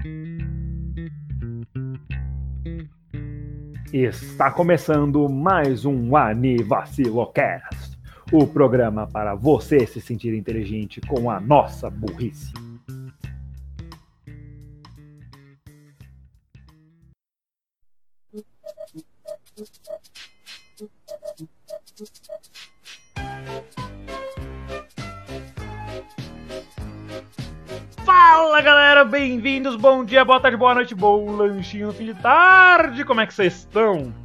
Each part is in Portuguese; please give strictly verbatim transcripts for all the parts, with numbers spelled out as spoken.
Está começando mais um Anivacilocast, o programa para você se sentir inteligente com a nossa burrice. Fala galera, bem-vindos, bom dia, boa tarde, boa noite, bom lanchinho no fim de tarde, como é que vocês estão?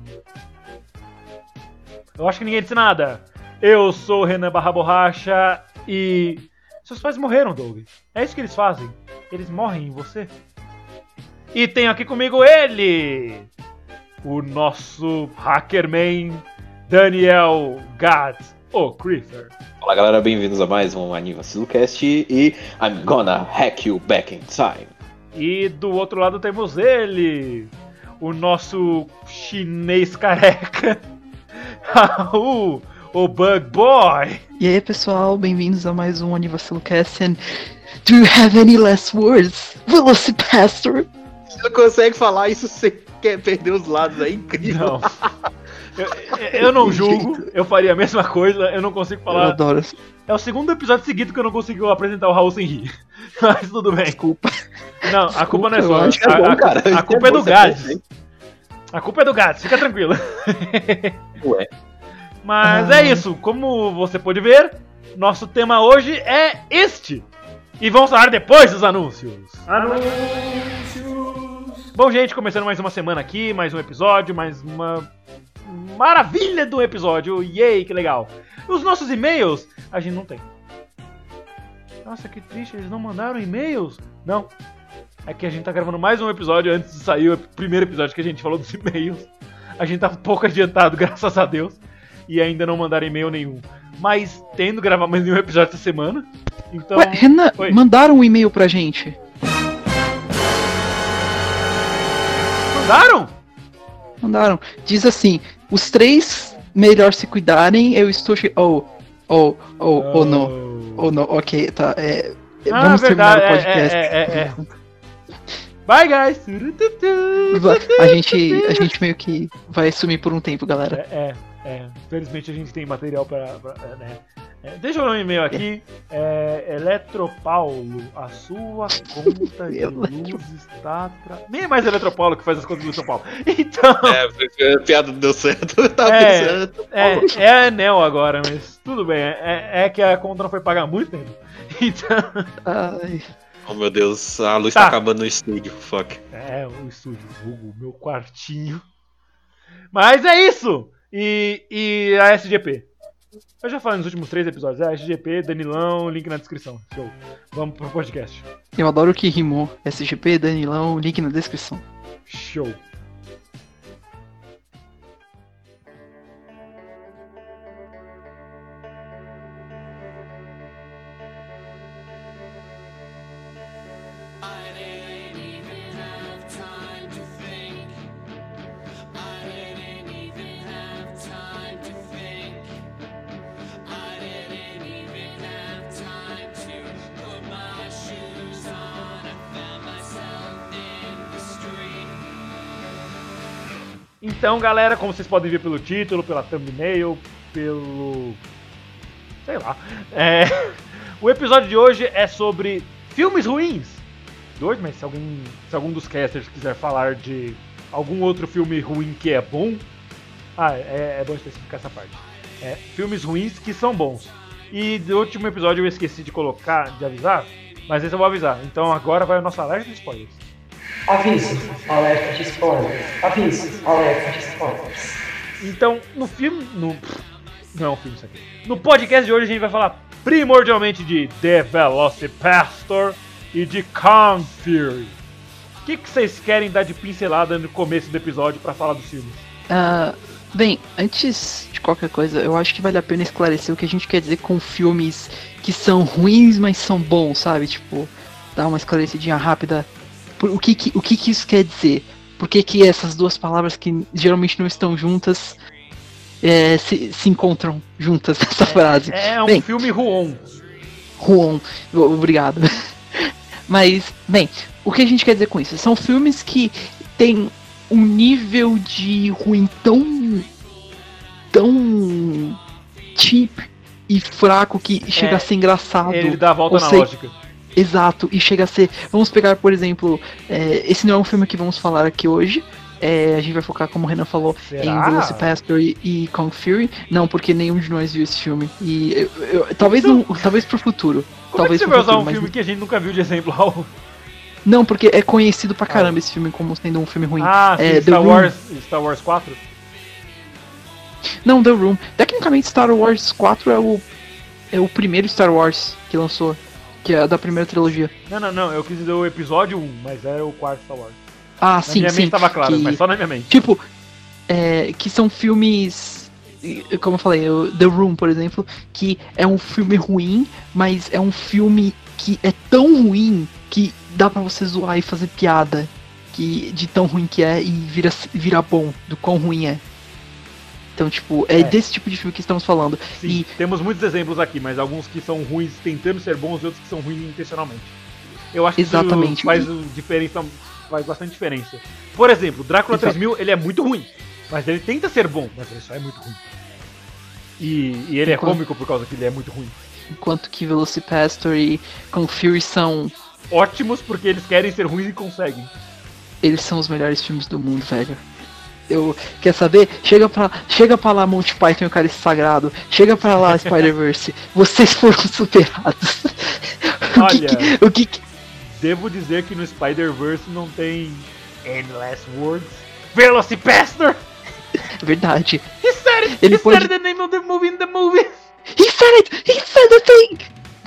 Eu acho que ninguém disse nada. Eu sou o Renan Barra Borracha e... seus pais morreram, Doug. É isso que eles fazem, eles morrem em você. E tenho aqui comigo ele, o nosso hackerman, Daniel God, o Creeper. Fala galera, bem-vindos a mais um Anivacilocast e I'm gonna hack you back in time. E do outro lado temos ele, o nosso chinês careca, o, o Bug Boy. E aí pessoal, bem-vindos a mais um Anivacilocast and do you have any last words, Velocipastor? Você não consegue falar isso sem quer perder os lados, é incrível. Não. Eu, eu não julgo, eu faria a mesma coisa, eu não consigo falar. Eu adoro. É o segundo episódio seguido que eu não consigo apresentar o Raul sem rir. Mas tudo bem. Desculpa. Não, a Desculpa, culpa não é sua. eu acho que é bom, a, a, cara. a culpa é, é do Gades. A culpa é do Gades, fica tranquilo. Ué. Mas ah. é isso, como você pode ver, nosso tema hoje é este. E vamos falar depois dos anúncios. Anúncios! Bom, gente, começando mais uma semana aqui, mais um episódio, mais uma maravilha do episódio. Yay, que legal. Os nossos e-mails, a gente não tem. Nossa, que triste, eles não mandaram e-mails? Não. É que a gente tá gravando mais um episódio antes de sair o primeiro episódio que a gente falou dos e-mails. A gente tá um pouco adiantado, graças a Deus. E ainda não mandaram e-mail nenhum. Mas tendo gravar mais nenhum episódio essa semana. Então. Ué, Renan, Oi. mandaram um e-mail pra gente. Mandaram? Mandaram. Diz assim, os três melhor se cuidarem, eu estou... Che- oh, oh, oh, oh, não. Oh, não, ok, tá. É, Ah, vamos verdade, terminar o podcast. é, é, é, é. Bye, guys! A gente, a gente meio que vai sumir por um tempo, galera. É, é, é. Infelizmente a gente tem material pra... pra né? É, deixa eu ler um e-mail aqui. É, Eletropaulo, a sua conta de luz está... Tra... Nem é mais Eletropaulo que faz as contas do São Paulo. Então... É, a piada não deu certo. Eu tava É, pensando. é, é a Enel agora, mas tudo bem. É, é que a conta não foi paga há muito tempo. Então... Ai, Oh meu Deus, a luz Tá. tá acabando no estúdio, fuck. É, o estúdio, vulgo, meu quartinho. Mas é isso! E, e a S G P? Eu já falei nos últimos três episódios. É a S G P, Danilão, link na descrição. Show. Vamos pro podcast. eu adoro que rimou. S G P, Danilão, link na descrição. Show. Então, galera, como vocês podem ver pelo título, pela thumbnail, pelo... sei lá. É... O episódio de hoje é sobre filmes ruins. Dois, mas se alguém, se algum dos casters quiser falar de algum outro filme ruim que é bom... Ah, é, é bom especificar essa parte. É, filmes ruins que são bons. E do último episódio eu esqueci de colocar, de avisar, mas esse eu vou avisar. Então agora vai o nosso alerta de spoilers. Aviso, alerta de spoilers. Aviso, alerta de spoilers. Então, no filme... No... Não é um filme isso aqui. No podcast de hoje a gente vai falar primordialmente de The Velocipastor e de Kung Fury. O que, que vocês querem dar de pincelada no começo do episódio pra falar dos filmes? Ah, bem, antes de qualquer coisa, eu acho que vale a pena esclarecer o que a gente quer dizer com filmes que são ruins, mas são bons, sabe? Tipo, dar uma esclarecidinha rápida. Por, o que que, o que que isso quer dizer? Por que que essas duas palavras que geralmente não estão juntas é, se, se encontram juntas nessa frase? É um Bem, filme ruim. Ruon, obrigado. Mas, bem, o que a gente quer dizer com isso? São filmes que tem um nível de ruim tão. tão. cheap e fraco que chega É, a ser engraçado. Ele dá a volta Ou na sei- lógica. Exato, e chega a ser. Vamos pegar, por exemplo, é, esse não é um filme que vamos falar aqui hoje. É, a gente vai focar, como o Renan falou, Será? em Velocipastor e, e Kung Fury. Não, porque nenhum de nós viu esse filme. E eu- eu- talvez não, talvez pro futuro. Como talvez é que você pro vai usar futuro, um mas- filme que a gente nunca viu de exemplo, Raul? Não, porque é conhecido pra caramba esse filme como sendo um filme ruim. Ah, sim, É, The Star Room. Wars, Star Wars quatro? Não, The Room. Tecnicamente, Star Wars quatro é o é o primeiro Star Wars que lançou, que é da primeira trilogia. Não, não, não, eu quis dizer o episódio um, mas era o quarto Star Wars. Ah, Na sim, minha sim. mente tava claro, que- mas só na minha mente. Tipo, é, que são filmes, como eu falei, o The Room, por exemplo, que é um filme ruim, mas é um filme que é tão ruim que dá pra você zoar e fazer piada que, de tão ruim que é e vira, vira bom, do quão ruim é. Então, tipo, é, É. desse tipo de filme que estamos falando. Sim, E temos muitos exemplos aqui, mas alguns que são ruins tentando ser bons e outros que são ruins intencionalmente. Eu acho que Exatamente. isso faz, o diferença, faz bastante diferença. Por exemplo, Drácula Exato. três mil, ele é muito ruim, mas ele tenta ser bom, mas ele só é muito ruim. E, e ele é Enquanto- cômico por causa que ele é muito ruim. enquanto que Velocipastor e Kung Fury são, Ótimos porque eles querem ser ruins e conseguem. eles são os melhores filmes do mundo, velho. Eu, quer saber? Chega pra, chega pra lá Monty Python e o Cálice Sagrado. Chega pra lá Spider-Verse. Vocês foram superados. o, que, Olha. que- o que, que- Devo dizer que no Spider-Verse não tem Any Last Words. Velocipastor! Verdade. He said it! Ele He pode- said the name of the movie in the movie! He said it! He said the thing!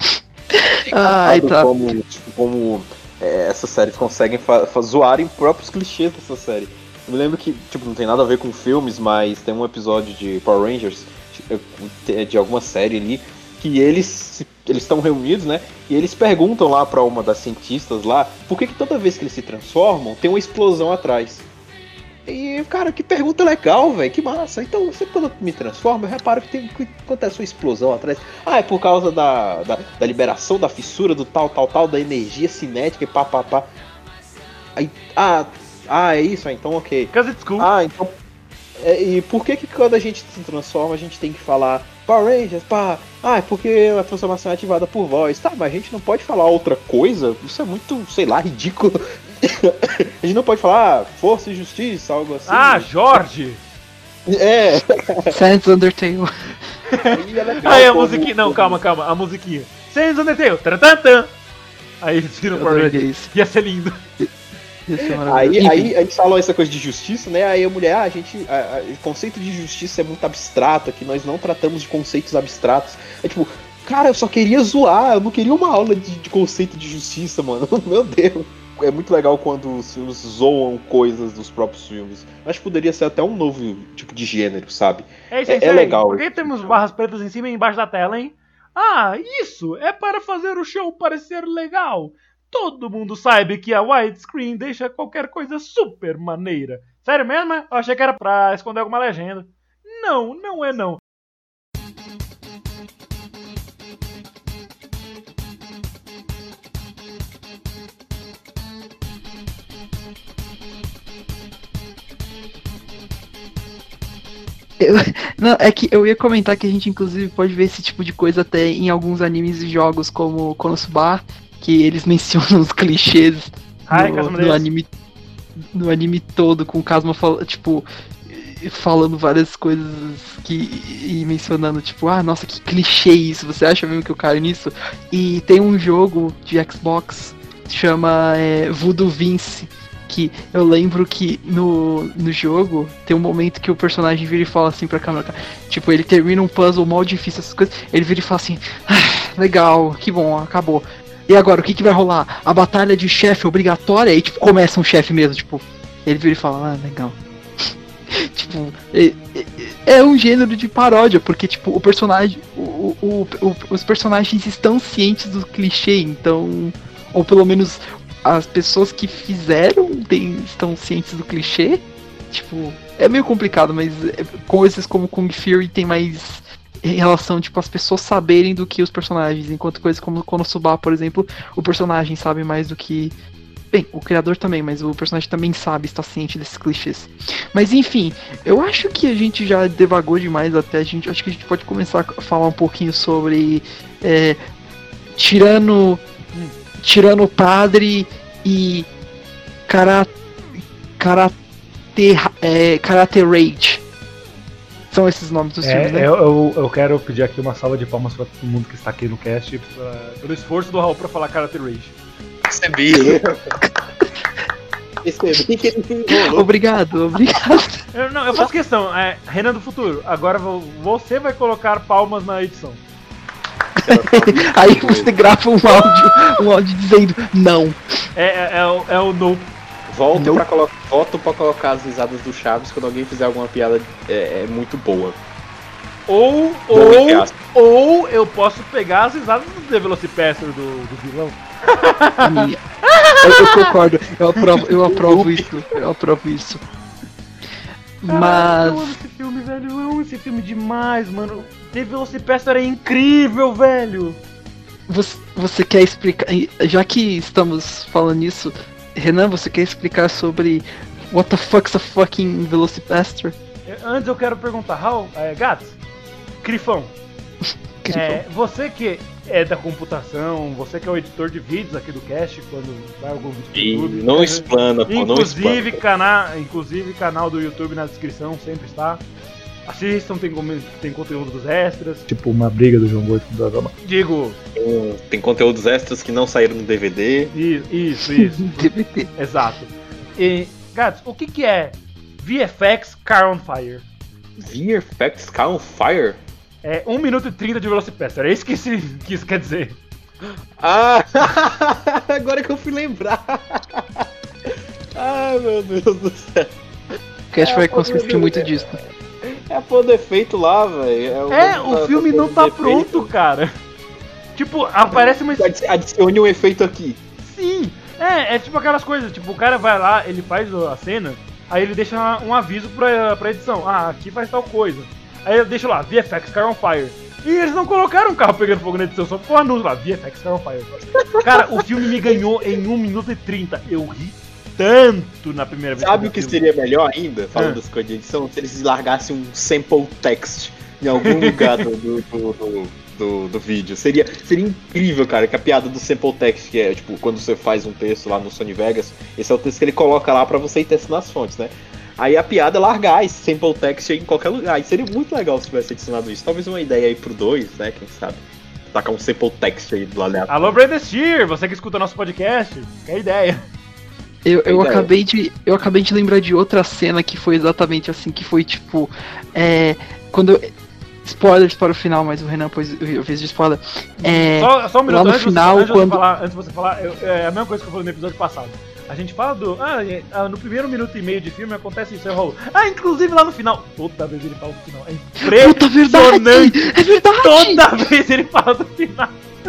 Ai, Sabe tá. Como, tipo, como é, essas séries conseguem fa fa zoarem próprios clichês dessa série. Eu me lembro que, tipo, não tem nada a ver com filmes, mas tem um episódio de Power Rangers, de, de alguma série ali, que eles se- eles estão reunidos, né? E eles perguntam lá pra uma das cientistas lá, por que que toda vez que eles se transformam, tem uma explosão atrás. E, cara, que pergunta legal, velho, que massa. Então, sempre quando eu me transformo, eu reparo que, tem, que acontece uma explosão atrás. Ah, é por causa da, da, da liberação da fissura, do tal, tal, tal, da energia cinética e pá, pá, pá. Aí, ah, ah, é isso? Ah, então ok. Because it's cool. Ah, então... é, e por que que quando a gente se transforma, a gente tem que falar Power Rangers, pá? Ah, é porque a transformação é ativada por voz. Tá, mas a gente não pode falar outra coisa? Isso é muito, sei lá, ridículo. A gente não pode falar ah, força e justiça, algo assim. Ah, Jorge! É. Sans Undertale. Aí é legal Aí a como- musiquinha. Não, calma, calma. A musiquinha. Sans Undertale. Tarantan. Aí eles viram Eu Power adoraria Rangers. isso. Ia ser lindo. Ia ser Aí, maravilhoso. aí Enfim, eles falam essa coisa de justiça, né? Aí a mulher, ah, a gente. A, a- o conceito de justiça é muito abstrato aqui, nós não tratamos de conceitos abstratos. É tipo, cara, eu só queria zoar, eu não queria uma aula de, de conceito de justiça, mano. Meu Deus. É muito legal quando os filmes zoam coisas dos próprios filmes. Acho que poderia ser até um novo tipo de gênero, sabe? É isso, É- é, isso é aí. legal. Por que temos barras pretas em cima e embaixo da tela, hein? Ah, isso é para fazer o show parecer legal. Todo mundo sabe que a widescreen deixa qualquer coisa super maneira. Sério mesmo? Eu achei que era pra esconder alguma legenda. Não, não é não. eu- não, é que eu ia comentar que a gente inclusive pode ver esse tipo de coisa até em alguns animes e jogos como Konosuba, que eles mencionam os clichês Ai, no, Kazuma no Deus. anime no anime todo, com o Kazuma fal- tipo falando várias coisas que e mencionando tipo, ah, nossa, que clichê isso, você acha mesmo que eu caio nisso? E tem um jogo de Xbox chama é, Voodoo Vince, que eu lembro que no, no jogo tem um momento que o personagem vira e fala assim pra câmera, tipo, ele termina um puzzle mal difícil, essas coisas, ele vira e fala assim, ah, legal, que bom, acabou. E agora, o que que vai rolar? A batalha de chefe obrigatória? E tipo, começa um chefe mesmo, tipo, ele vira e fala, ah, legal. Tipo, é, é, é um gênero de paródia, porque tipo, o personagem, o, o, o- os personagens estão cientes do clichê, então, ou pelo menos as pessoas que fizeram tem- estão cientes do clichê. Tipo, é meio complicado, mas é, coisas como Kung Fury tem mais em relação, tipo, as pessoas saberem do que os personagens, enquanto coisas como Konosuba, por exemplo, o personagem sabe mais do que... Bem, o criador também, mas o personagem também sabe, está ciente desses clichês. Mas enfim, eu acho que a gente já devagou demais até, a gente, acho que a gente pode começar a falar um pouquinho sobre é, tirando, tirando o padre e karate, karate, é, karate Rage. São esses nomes dos É, filmes, né? eu, eu, eu quero pedir aqui uma salva de palmas para todo mundo que está aqui no cast, pra, pelo esforço do Raul para falar Karate Rage. Percebi. Percebi que ele me enrolou. Obrigado, obrigado. Eu, não, eu faço questão, é, Renan do Futuro, agora vo- você vai colocar palmas na edição. Aí você grava um áudio, um áudio dizendo não. É, é, é, o, é o no. Volto Não. pra, colo- volto pra colocar as risadas do Chaves quando alguém fizer alguma piada é, é muito boa. Ou, Boa, entre ou, aspas. ou eu posso pegar as risadas do The Velocipastor do, do vilão. Minha. Eu, eu concordo, eu aprovo, eu aprovo isso, eu aprovo isso. Caralho, eu amo Mas esse filme, velho. Eu amo esse filme demais, mano. The Velocipastor é incrível, velho. você, você quer explicar, já que estamos falando nisso, Renan, você quer explicar sobre what the fuck's a fucking Velocipastor? Antes eu quero perguntar, Raul, é, Gats, Crifão, é, você que é da computação, você que é o editor de vídeos aqui do cast, quando vai algum vídeo E do YouTube. não né? explana, pô, não Inclusive, explana. cana inclusive canal do YouTube na descrição, sempre está. Assistam, tem, com- tem conteúdo dos extras. Tipo uma briga do João Gordo com o Dagama. Digo, Tem, tem conteúdos extras que não saíram no D V D. i- isso, isso, D V D. exato. E, Gats, o que que é V F X Car on Fire? V F X Car on Fire? É um minuto e trinta de Velocipastor, é isso que, se, que isso quer dizer. Ah! Agora que eu fui lembrar. Ai, meu Deus do céu. O cast vai consistir muito disso. É a porra do efeito lá, velho. É, o filme não tá pronto, cara. Tipo, aparece uma... Adi- Adicione um efeito aqui. Sim, é, é tipo aquelas coisas, tipo, o cara vai lá, ele faz a cena, aí ele deixa um aviso pra, pra edição, ah, aqui faz tal coisa. Aí ele deixa lá, V F X Car on Fire. E eles não colocaram um carro pegando fogo na edição, só ficou um anúncio lá, V F X Car on Fire. Cara, o filme me ganhou em um minuto e trinta, eu ri tanto na primeira vez. Sabe vi o que filme. seria melhor ainda, falando Ah. das coisas de edição? Se eles largassem um sample text em algum lugar do, do, do, do, do- do vídeo. Seria, seria incrível, cara, que a piada do sample text, que é tipo, quando você faz um texto lá no Sony Vegas, esse é o texto que ele coloca lá pra você ir testando as fontes, né? Aí a piada é largar esse sample text aí em qualquer lugar. E seria muito legal se tivesse adicionado isso. Talvez uma ideia aí pro dois, né? Quem sabe? Tacar um sample text aí do aleatório. Alô, Brandon Steer, você que escuta nosso podcast, que ideia. Eu, eu, Ideia. acabei de, eu acabei de lembrar de outra cena que foi exatamente assim, que foi tipo. É, quando eu, spoilers para o final, mas o Renan pôs, eu fiz de spoiler. É, Só, só um minuto lá no antes, de você- final, antes, de você quando- falar, antes de você falar, eu- é a mesma coisa que eu falei no episódio passado. A gente fala do. Ah, é, ah, no primeiro minuto e meio de filme acontece isso, aí rola. Ah, inclusive lá no final. Toda vez ele fala do final. É Puta, verdade! impressionante. É verdade! Toda vez ele fala do final.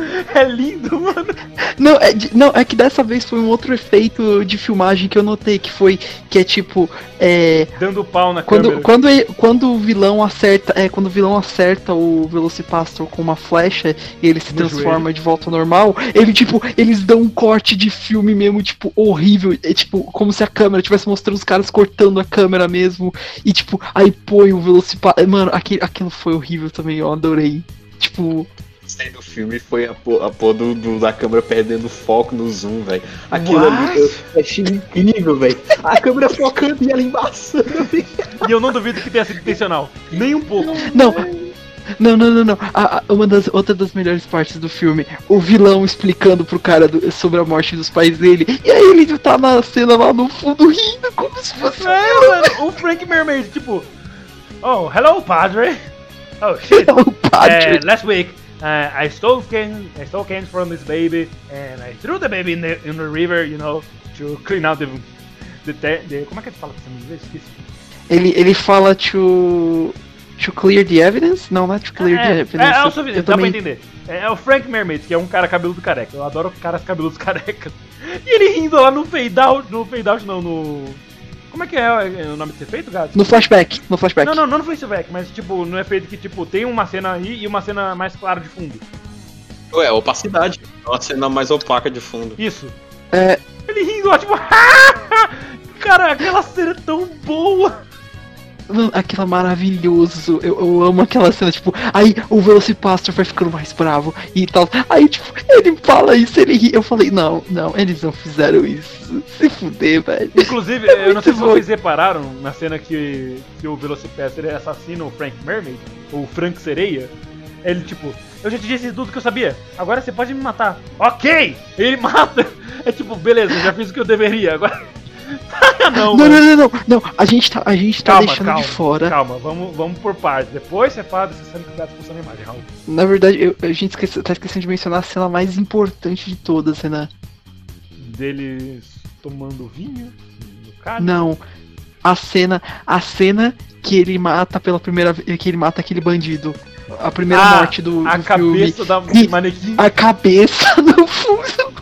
É lindo, mano. Não é, de- não, é que dessa vez foi um outro efeito de filmagem que eu notei, que foi. Que é tipo. É, Dando pau na Quando, câmera. quando, ele- quando o vilão acerta, é, quando o vilão acerta o Velocipastor com uma flecha e ele se No transforma joelho. de volta ao normal, ele tipo, eles dão um corte de filme mesmo, tipo, horrível, é tipo, como se a câmera estivesse mostrando os caras cortando a câmera mesmo, e tipo, aí põe o Velocipastor, mano, aquilo, aquilo foi horrível também, eu adorei. Tipo, Gostei do filme foi a pô, a pô do, do- da câmera perdendo foco no zoom, velho. Aquilo What? ali eu achei incrível, velho. A câmera focando e ela embaçando. E eu não duvido que tenha sido intencional. Nem um pouco. não, não, não, não, não. A- a- uma das, outra das melhores partes do filme, o vilão explicando pro cara do- sobre a morte dos pais dele, e aí ele tá na cena lá no fundo rindo, como se fosse É, mano, o Frank Mermaid, tipo. Oh, hello, padre. Oh, shit. o padre. Uh, last week, uh, I stole can I stole cans from this baby, and I threw the baby in the in the river, you know, to clean out the the, te- the como é que ele fala isso em inglês? Esqueci. Ele, ele fala to. To clear the evidence? Não, não é to clear the É, evidence. é, é o Eu suficiente, dá também- pra entender. É, é o Frank Mermaid, que é um cara cabeludo careca. Eu adoro caras cabeludos carecas. E ele rindo lá no fade out, no fade out não, no Como é que é o nome desse efeito, Gato? No flashback, no flashback. Não, não, não no flashback, mas tipo, no efeito que tipo, tem uma cena aí e uma cena mais clara de fundo. Ué, opacidade. É uma cena mais opaca de fundo. Isso. É, Ele rindo lá, tipo, cara, aquela cena é tão boa. mano, aquilo é maravilhoso. Eu, eu amo aquela cena, tipo, aí o Velocipastor vai ficando mais bravo e tal. Aí, tipo, ele fala isso, ele ri. Eu falei, não, não, eles não fizeram isso. Se fuder, velho. Inclusive, É eu não sei se muito bom. vocês repararam na cena que, que o Velocipastor assassina o Frank Mermaid, ou Frank Sereia. Ele, tipo, eu já te disse tudo que eu sabia, agora você pode me matar. Ok! Ele mata. É tipo, beleza, eu já fiz o que eu deveria, agora... não, Não, mano. não, não, não, não. A gente tá, a gente tá Calma, deixando calma, de fora. calma, vamos, vamos por partes. Depois você fala dessa cena que o gato funciona a imagem, Raul. Na verdade, eu- a gente esquece, tá esquecendo de mencionar a cena mais importante de todas, né? Deles tomando vinho no cálice. Não. A cena, a cena que ele mata pela primeira vez, que ele mata aquele bandido. A primeira Ah, morte do, a do cabeça filme. da E manequim. a cabeça no fundo.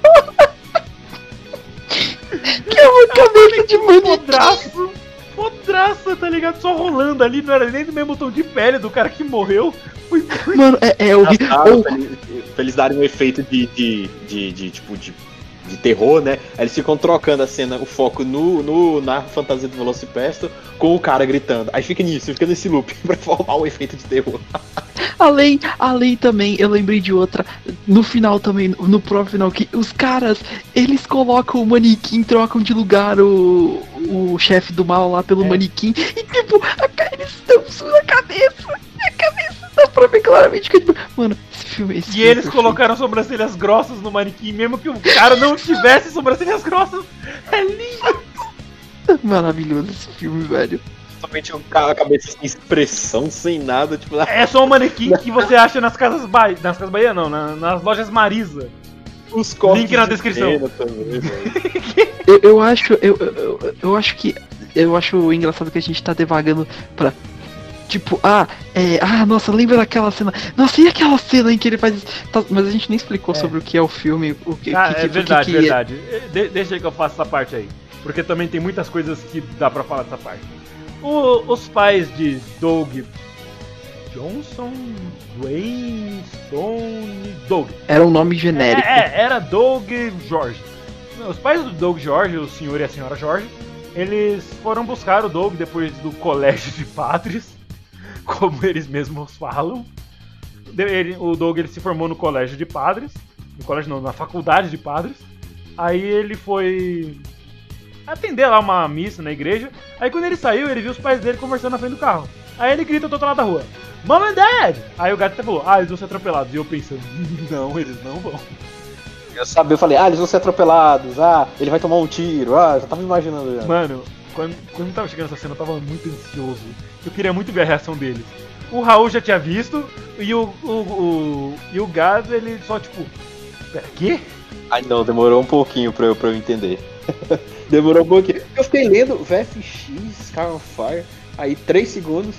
Que é uma cabeça de manequim. Podraço, podraça, tá ligado? Só rolando ali, não era nem do mesmo tom de pele do cara que morreu. Foi muito... Mano, é, é horrível. Engraçado, Ou- pra eles, pra eles darem um efeito de, de, de, de, tipo, de, de terror, né? Aí eles ficam trocando a cena, o foco no, no, na fantasia do Velocipastor com o cara gritando. Aí fica nisso, fica nesse loop pra formar um efeito de terror. Além, além também, eu lembrei de outra, no final também, no próprio final, que os caras, eles colocam o manequim, trocam de lugar o, o chefe do mal lá pelo É. manequim, e tipo, a, ca- eles estão suando a cabeça, a cabeça dá pra ver claramente que, tipo, mano, esse filme, esse E filme é eles perfeito. colocaram sobrancelhas grossas no manequim, mesmo que o cara não tivesse sobrancelhas grossas. É lindo. Maravilhoso esse filme, velho. Somente o cara, a cabeça sem expressão, sem nada, tipo, É só um manequim que você acha nas casas Bahia. Nas casas Bahia não, na- nas lojas Marisa. os cortes Link na de descrição. cena também, velho. Eu, eu acho, eu, eu, eu- eu acho que, eu acho engraçado que a gente tá devagando pra... Tipo, ah, é, ah, nossa, lembra daquela cena? Nossa, e aquela cena em que ele faz isso? Tá, mas a gente nem explicou É. sobre o que é o filme, o que, Ah, que, que, é o que verdade, que é. verdade. De- deixa aí que eu faço essa parte aí. Porque também tem muitas coisas que dá pra falar dessa parte. O- os pais de Doug Johnson, Dwayne, Stone, Doug. Era um nome genérico. É, é, era Doug George. Os pais do Doug George, o senhor e a senhora George, eles foram buscar o Doug depois do colégio de padres, como eles mesmos falam. De- ele- o Doug ele se formou no colégio de padres, no colégio não, na faculdade de padres. Aí ele foi atender lá uma missa na igreja. Aí quando ele saiu, ele viu os pais dele conversando na frente do carro. Aí ele grita do outro lado da rua: Mom and Dad! Aí o gato até falou: Ah, eles vão ser atropelados. E eu pensando: Não, eles não vão. Eu sabia, eu falei, ah, eles vão ser atropelados, ah, ele vai tomar um tiro, ah, já tava imaginando já. Mano, quando, quando tava chegando essa cena, eu tava muito ansioso. Eu queria muito ver a reação deles. O Raul já tinha visto, e o, o, o, e o Gado, ele só tipo: Pera, quê? Ai não, demorou um pouquinho pra eu, pra eu entender. Demorou um pouquinho. Eu fiquei lendo V F X, Car on Fire, aí três segundos.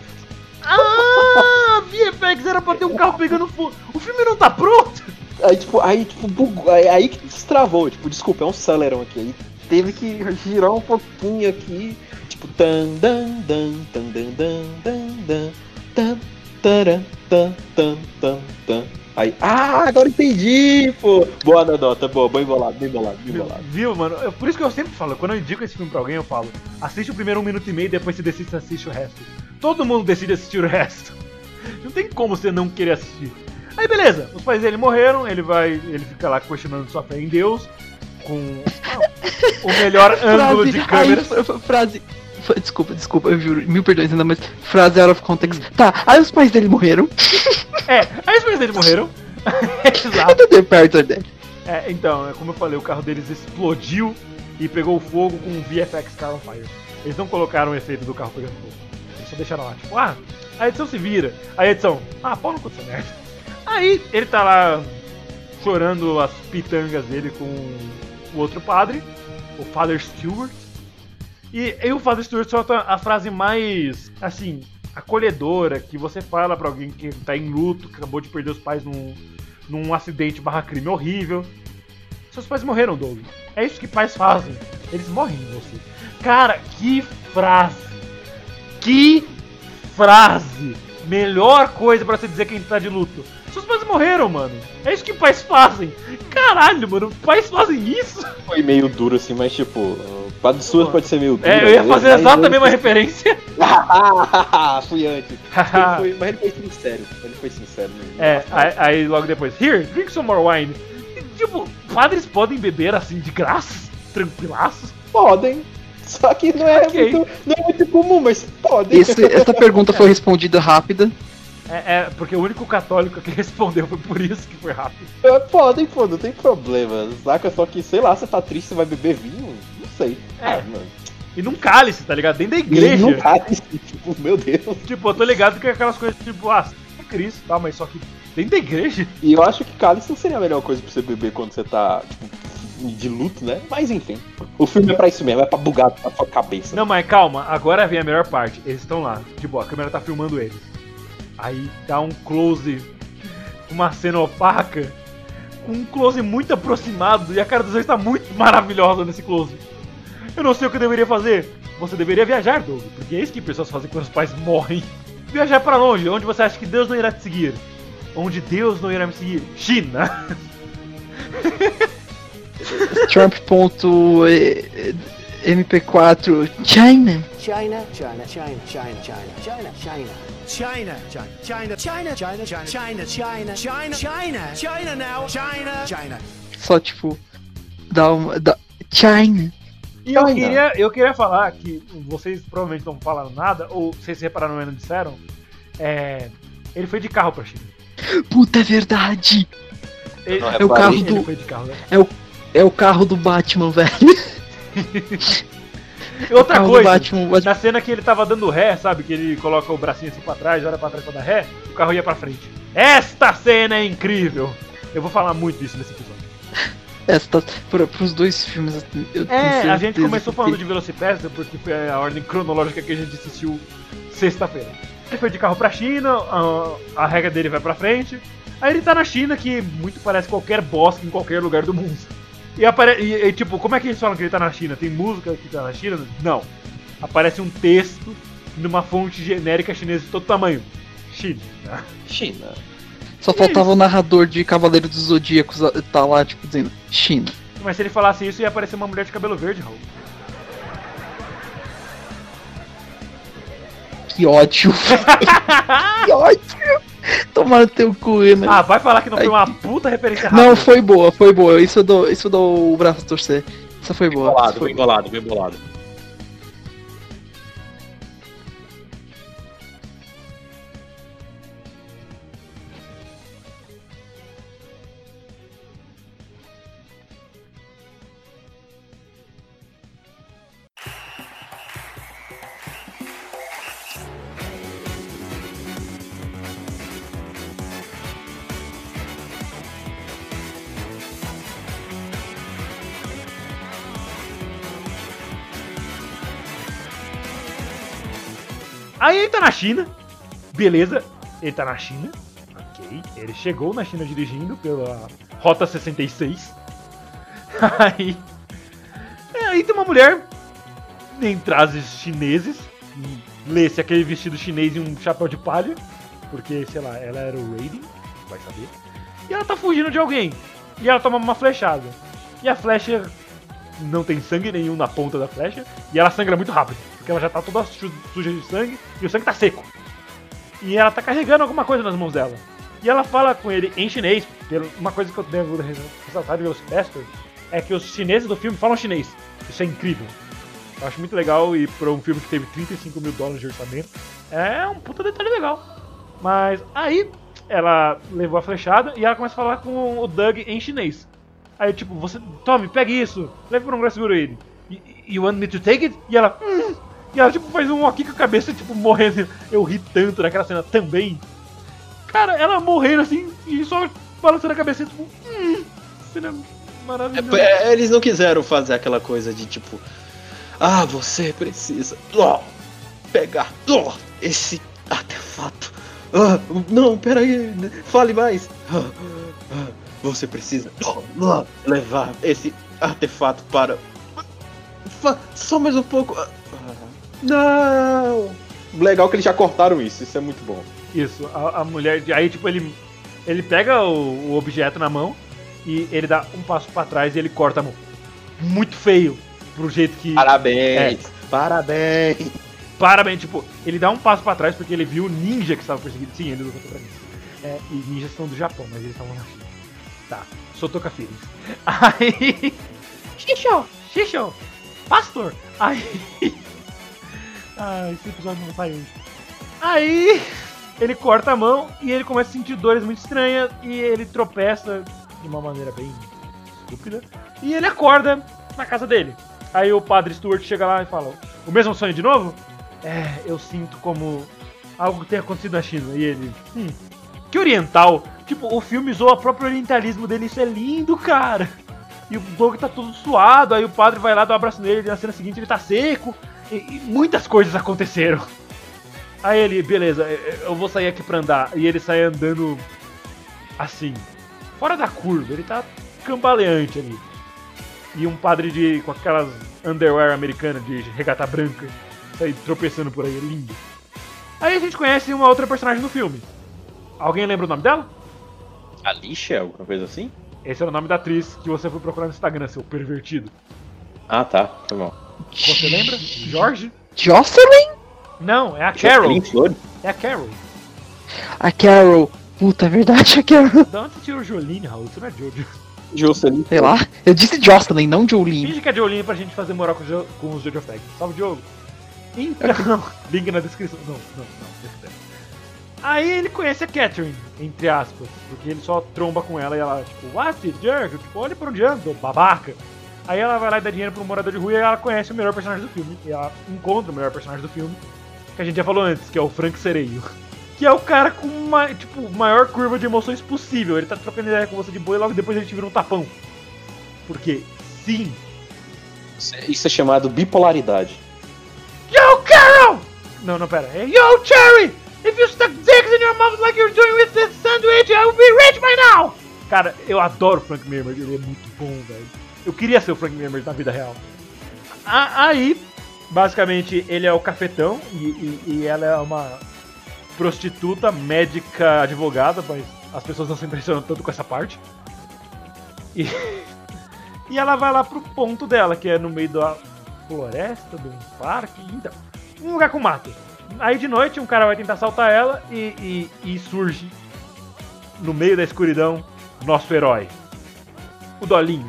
Ah, V F X era pra ter um carro pegando fogo. O filme não tá pronto? Aí tipo, aí tipo, bugou, aí, aí que destravou, tipo, desculpa, é um celerão aqui. Aí teve que girar um pouquinho aqui, tipo, tan dan dan tan dan dan dan dan tan taran, tan tan tan tan. Aí, ah, agora entendi, pô. Boa anedota, boa, bem bolado, bem bolado, bem bolado. Viu, mano? Eu- por isso que eu sempre falo, quando eu indico esse filme pra alguém, eu falo: Assiste o primeiro um minuto e meio e depois você decide se assiste o resto. Todo mundo decide assistir o resto. Não tem como você não querer assistir. Aí beleza, os pais dele morreram, ele vai. Ele fica lá questionando sua fé em Deus, com ah, o melhor ângulo de câmera. Aí, fra- fra- frase. fra- Desculpa, desculpa, eu juro, mil perdões ainda, mas frase out of context. Tá, aí os pais dele morreram. É, aí os pais dele morreram. Eu Exato. tô de perto dele. É, então, é como eu falei, o carro deles explodiu e pegou fogo com o V F X Car on Fire. Eles não colocaram o efeito do carro pegando fogo. Eles só deixaram lá, tipo, ah, a edição se vira. Aí a edição, ah, pau no cu dessa merda. Aí ele tá lá chorando as pitangas dele com o outro padre, o Father Stewart. E aí o Father Stewart solta a frase mais, assim, acolhedora, que você fala pra alguém que tá em luto, que acabou de perder os pais num, num acidente barra crime horrível. Seus pais morreram, Doug. É isso que pais fazem. Eles morrem em você. Cara, que frase! Que frase! Melhor coisa pra você dizer que a gente tá de luto. Seus pais morreram, mano. É isso que pais fazem. Caralho, mano. Pais fazem isso? Foi meio duro assim, mas tipo, para de suas pode ser meio duro. É, eu ia fazer exatamente a mesma referência. Fui antes. ele foi, mas ele foi sincero. Ele foi sincero. É, aí, aí logo depois, here, drink some more wine. E, tipo, padres podem beber assim de graça? Tranquilaços? Podem. Só que não é, Okay. muito, não é muito comum, mas podem. Esse, essa pergunta foi respondida rápida. É, é, porque o único católico que respondeu foi por isso que foi rápido. É, podem, pô, não tem problema, saca? Só que, sei lá, você tá triste, você vai beber vinho? Não sei. É. Ah, mano. E num cálice, tá ligado? Dentro da E igreja. não tá, tipo, meu Deus. Tipo, eu tô ligado que é aquelas coisas tipo, ah, é Cristo, tá? Mas só que dentro da igreja. E eu acho que cálice não seria a melhor coisa pra você beber quando você tá, tipo, de luto, né? Mas enfim, o filme é pra isso mesmo, é pra bugar a sua cabeça. Não, mas calma, agora vem a melhor parte. Eles estão lá, de boa, a câmera tá filmando eles. Aí dá um close, uma cena opaca, com um close muito aproximado, e a cara dos dois tá muito maravilhosa nesse close. Eu não sei o que eu deveria fazer. Você deveria viajar, Doug, porque é isso que pessoas fazem quando os pais morrem. Viajar pra longe, onde você acha que Deus não irá te seguir. Onde Deus não irá me seguir. China. Trump.M P quatro China. China, China, China, China, China, China, China. China, China, China, China, China, China, China, China, China, China now, China, China. Só tipo, dá uma. Dá, China. E eu queria, eu queria falar que vocês provavelmente não falaram nada, ou vocês repararam e não disseram. É, ele foi de carro pra China. Puta, é verdade. Ele, Não, É o carro ele do. foi de carro, né? É o, é o carro do Batman, velho. E outra carro do coisa, Batman, Batman. na cena que ele tava dando ré, sabe? Que ele coloca o bracinho assim pra trás, olha pra trás pra dar ré, o carro ia pra frente. Esta cena é incrível! Eu vou falar muito disso nesse episódio. Essa tá, pra, pros dois filmes. Eu tenho É, a certeza gente começou que falando tem- de Velocipastor porque foi a ordem cronológica que a gente assistiu sexta-feira. Ele foi de carro pra China, a, a regra dele vai pra frente. Aí ele tá na China, que muito parece qualquer bosque em qualquer lugar do mundo. E, apare e, e tipo, como é que eles falam que ele tá na China? Tem música que tá na China? Não. Aparece um texto numa fonte genérica chinesa de todo tamanho. China. China. Só faltava o narrador de Cavaleiro dos Zodíacos tá lá, tipo, dizendo China. Mas se ele falasse isso, ia aparecer uma mulher de cabelo verde, Raul. Que ódio. Que ódio. Tomara teu cu, né? Ah, vai falar que não foi Ai, uma puta referência rápida. Não, foi boa, foi boa. Isso eu dou, isso eu dou o braço a torcer. Essa foi boa. Bolado, Essa foi bem bolado, bem bolado. Aí ele tá na China, beleza, ele tá na China, ok, ele chegou na China dirigindo pela Rota sessenta e seis, aí, é, aí tem uma mulher em trajes chineses, lê-se aquele vestido chinês e um chapéu de palha, porque, sei lá, ela era o Raiden, vai saber, e ela tá fugindo de alguém, e ela toma uma flechada, e a flecha não tem sangue nenhum na ponta da flecha, e ela sangra muito rápido, porque ela já tá toda su- suja de sangue, e o sangue tá seco. E ela tá carregando alguma coisa nas mãos dela. E ela fala com ele em chinês, pelo- uma coisa que eu devo ressaltar de Velocipastor, é que os chineses do filme falam chinês. Isso é incrível. Eu acho muito legal, e pra um filme que teve trinta e cinco mil dólares de orçamento, é um puta detalhe legal. Mas aí, ela levou a flechada, e ela começa a falar com o Doug em chinês. Aí, tipo, você, tome, pegue isso, leve pra um lugar seguro ele. Y- You want me to take it? E ela, hum. E ela, tipo, faz um ok com a cabeça, tipo, morrendo. Eu ri tanto naquela cena também. Cara, ela morrendo assim, e só balançando a cabeça, tipo, hum. Cena maravilhosa. É, é, eles não quiseram fazer aquela coisa de tipo, ah, você precisa ó, pegar ó, esse artefato. Ah, não, peraí, fale mais. Ah, ah, você precisa ó, ó, levar esse artefato para Fa- Só mais um pouco. Ah, Não! Legal que eles já cortaram isso, isso é muito bom. Isso, a, a mulher. Aí, tipo, ele, ele pega o, o objeto na mão e ele dá um passo pra trás e ele corta a mão. Muito feio, pro jeito que. Parabéns! Parabéns! Parabéns, tipo, ele dá um passo pra trás porque ele viu o ninja que estava perseguindo. Sim, ele lutou pra mim. É, e ninjas são do Japão, mas eles estavam na China. Tá, sou Toca Feelings. Aí. Xixo! Xixo! Pastor! Aí. Ah, esse episódio não sai hoje. Aí. Ele corta a mão e ele começa a sentir dores muito estranhas e ele tropeça de uma maneira bem estúpida. E ele acorda na casa dele. Aí o padre Stuart chega lá e fala: o mesmo sonho de novo? É, eu sinto como algo que tem acontecido na China. E ele, hum, que oriental. Tipo, o filme usou o próprio orientalismo dele, isso é lindo, cara. E o Doug tá todo suado, aí o padre vai lá dar um abraço nele, e na cena seguinte ele tá seco. E, e muitas coisas aconteceram. Aí ele, beleza, eu vou sair aqui pra andar. E ele sai andando assim, fora da curva, ele tá cambaleante ali. E um padre de, com aquelas underwear americanas de regata branca sai tropeçando por aí, é lindo. Aí a gente conhece uma outra personagem no filme. Alguém lembra o nome dela? Alicia, alguma coisa assim? Esse era o nome da atriz que você foi procurar no Instagram, seu pervertido. Ah, tá, foi mal. Você lembra? Jorge? Jocelyn? Não, é a Carol. Jacqueline Flores? É a Carol. A Carol. Puta, é verdade, a Carol. Da onde você tirou Jolene, Raul? Isso não é Jojo. Jocelyn. Sei lá. Eu disse Jocelyn, não Jolene. Finge que é Jolene pra gente fazer moral com, jo com os Jojo Tags. Salve, Diogo. Então, link na descrição. Não, não, não, deixa eu ver. Aí ele conhece a Catherine, entre aspas, porque ele só tromba com ela e ela, tipo, what, jerk? Tipo, olha pra onde ando, babaca. Aí ela vai lá e dá dinheiro pro morador de rua e ela conhece o melhor personagem do filme. E ela encontra o melhor personagem do filme, que a gente já falou antes, que é o Frank Sereio. Que é o cara com uma, tipo, maior curva de emoções possível. Ele tá trocando ideia com você de boa e logo depois ele te vira um tapão. Porque, sim. Isso é chamado bipolaridade. Yo, Carol! Não, não, pera. É, Yo, Cherry! If you stuck dicks in your mouth like you're doing with this sandwich, I will be rich by now! Cara, eu adoro o Frank Mirmer, ele é muito bom, velho. Eu queria ser o Frank Mirmer na vida real. Aí, basicamente, ele é o cafetão e, e, e ela é uma prostituta, médica, advogada, mas as pessoas não se impressionam tanto com essa parte. E, e ela vai lá pro ponto dela, que é no meio da floresta, de um parque, então, um lugar com mato. Aí de noite um cara vai tentar assaltar ela e, e, e surge no meio da escuridão nosso herói, o Dolinho.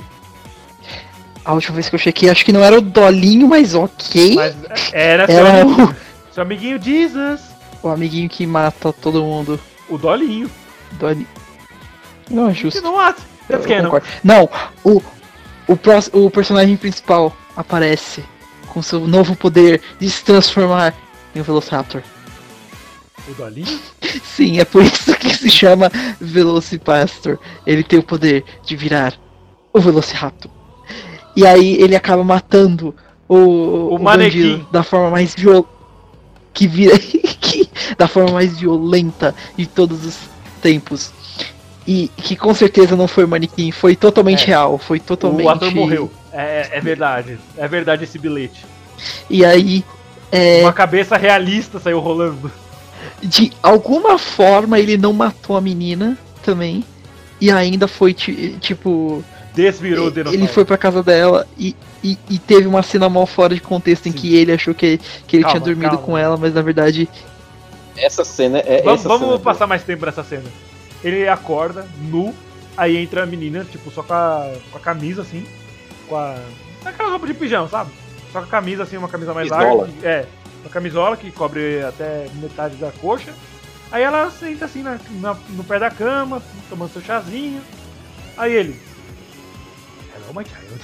A última vez que eu chequei, acho que não era o Dolinho, mas ok. Mas era seu, Era amiguinho, o, seu amiguinho Jesus, o amiguinho que mata todo mundo. o Dolinho. Dolinho. Não é Que justo. não mata. Eu That's canon. concordo. Não, o, o, prós- o personagem principal aparece com seu novo poder de se transformar em um Velociraptor. O Dolinho? Sim, é por isso que se chama Velocipastor. Ele tem o poder de virar o Velociraptor. E aí ele acaba matando o, O o manequim. bandido da forma mais viol... que vira que, da forma mais violenta de todos os tempos. E que com certeza não foi o manequim, foi totalmente É. real, foi totalmente. O ator morreu. É, é verdade. É verdade esse bilhete. E aí, é, Uma cabeça realista saiu rolando. de alguma forma ele não matou a menina também. E ainda foi ti- tipo. Desvirou o Ele dinossauro. foi pra casa dela e, e, e teve uma cena mal fora de contexto em Sim. que ele achou que, que ele Calma, tinha dormido calma. com ela, mas na verdade. Essa cena é. Vamos, essa vamos cena é passar mais tempo nessa cena. Ele acorda, nu, aí entra a menina, tipo, só com a, com a camisa, assim, com a... aquela roupa de pijama, sabe? Só com a camisa, assim, uma camisa mais Camisola. larga. que- É, uma camisola que cobre até metade da coxa. Aí ela senta, assim, na, na- no pé da cama, tomando seu chazinho. Aí ele... Hello, my child.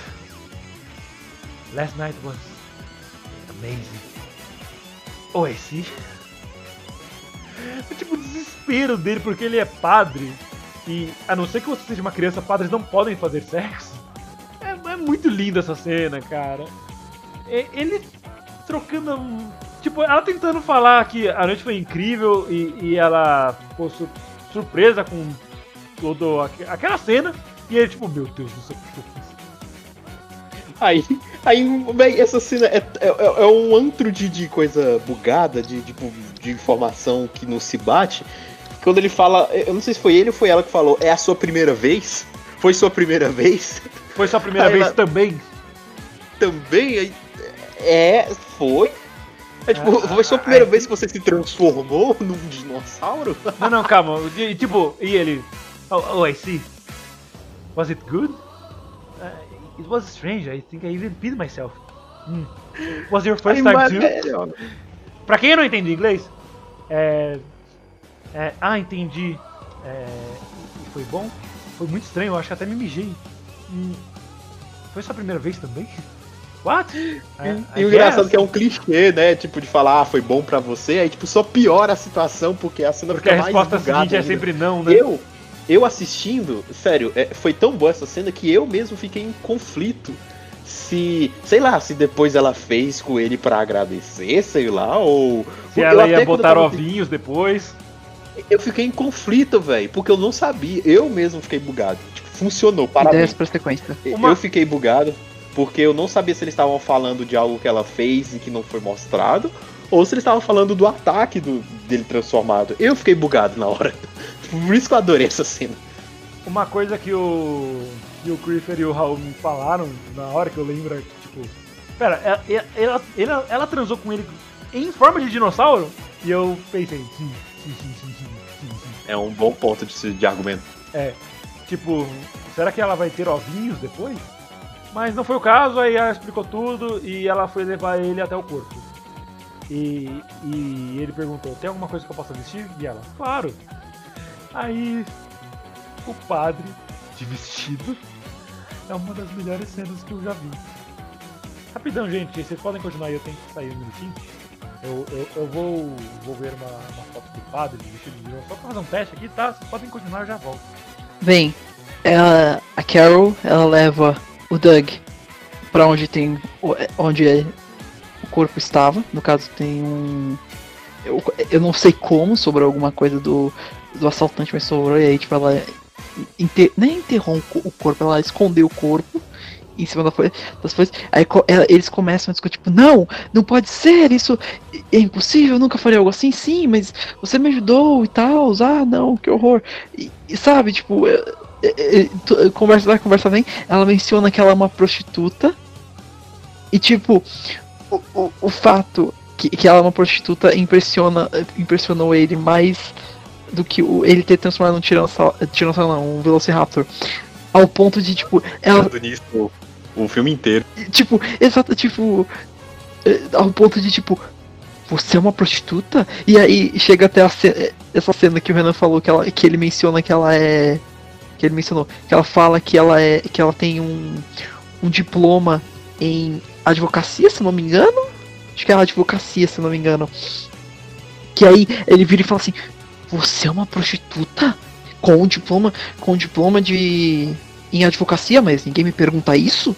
Last night was amazing. Oi, sim. É tipo o desespero dele, porque ele é padre. E a não ser que você seja uma criança, padres não podem fazer sexo. É, é muito linda essa cena, cara. É, ele trocando. um- Tipo, ela tentando falar que a noite foi incrível e, e ela ficou sur- surpresa com todo aque- aquela cena. E ele, tipo, meu Deus do céu, o que eu fiz? Aí, Aí, véi, essa cena é, é, é um antro de, de coisa bugada, de, de, de informação que não se bate. Quando ele fala, eu não sei se foi ele ou foi ela que falou, é a sua primeira vez? Foi sua primeira vez? Foi sua primeira Aí vez ela- também? Também? Aí, é, foi? É, tipo, Ah, foi sua primeira aí- vez que você se transformou num dinossauro? Não, não, calma. E, tipo, e ele? Oh, oh, I see. Was it good? Uh, it was strange. I think I even peed myself. Hmm. Was your first Aí, time mas, too? velho, Pra quem não entende inglês, é, é, ah, entendi. É, foi bom? Foi muito estranho, eu acho que até me mijei. Hum, foi sua primeira vez também? What? E, I- e I o engraçado guess. que é um clichê, né? Tipo, de falar, ah, foi bom pra você, aí tipo, só piora a situação, porque a cena Porque a fica mais resposta bugada seguinte é ainda. sempre não, né? Eu, eu assistindo, sério, é, foi tão boa essa cena que eu mesmo fiquei em conflito. Se, sei lá, se depois ela fez com ele pra agradecer, sei lá, ou... Se eu ela ia até quando eu botar tava- ovinhos depois. Eu fiquei em conflito, velho, porque eu não sabia, eu mesmo fiquei bugado. Tipo, funcionou, Ideias parabéns. pra sequência. Uma- Eu fiquei bugado porque eu não sabia se eles estavam falando de algo que ela fez e que não foi mostrado, ou se eles estavam falando do ataque do, dele transformado. Eu fiquei bugado na hora. Por isso que eu adorei essa cena. Uma coisa que o, que o Creeper e o Raul me falaram na hora que eu lembro é que, tipo, pera, ela, ela, ela, ela transou com ele em forma de dinossauro? E eu pensei, sim, sim, sim, sim, sim, sim, sim. É um bom ponto de, se- de argumento. É, tipo, será que ela vai ter ovinhos depois? Mas não foi o caso, aí ela explicou tudo e ela foi levar ele até o corpo. E, e ele perguntou, tem alguma coisa que eu possa vestir? E ela, claro. Aí o padre de vestido é uma das melhores cenas que eu já vi. Rapidão, gente, vocês podem continuar aí, eu tenho que sair um minutinho. Eu, eu, eu vou, vou ver uma, uma foto do padre de vestido de dinossauro, só pra fazer um teste aqui, tá? Vocês podem continuar, eu já volto. Bem, ela, a Carol, ela leva o Doug pra onde tem, o- onde é- o corpo estava. No caso tem um, eu, eu não sei como, sobrou alguma coisa do, do assaltante, mas sobrou, e aí tipo ela inte, nem enterrou o co- o corpo, ela escondeu o corpo em cima da folha, das folhas. Aí co- ela- eles começam a discutir, tipo, não, não pode ser, isso é impossível, eu nunca faria algo assim. Sim, mas você me ajudou e tal, ah não, que horror. E, e sabe, tipo, é- é- é, tu- conversa vai, conversa vem, ela menciona que ela é uma prostituta. E tipo, o, o, o fato que, que ela é uma prostituta impressiona, impressionou ele mais do que o, ele ter transformado num tiranossauro, tiranossauro não, um Velociraptor. Ao ponto de, tipo, ela Tanto nisso, o, o filme inteiro. tipo, exato, tipo, é, ao ponto de, tipo, você é uma prostituta? E aí chega até a ce- essa cena que o Renan falou, que, ela, que ele menciona que ela é, que ele mencionou, que ela fala que ela é, que ela tem um, um diploma em advocacia, se não me engano, acho que é advocacia, se não me engano, que aí ele vira e fala assim, você é uma prostituta? Com um diploma, com um diploma de em advocacia, mas ninguém me pergunta isso?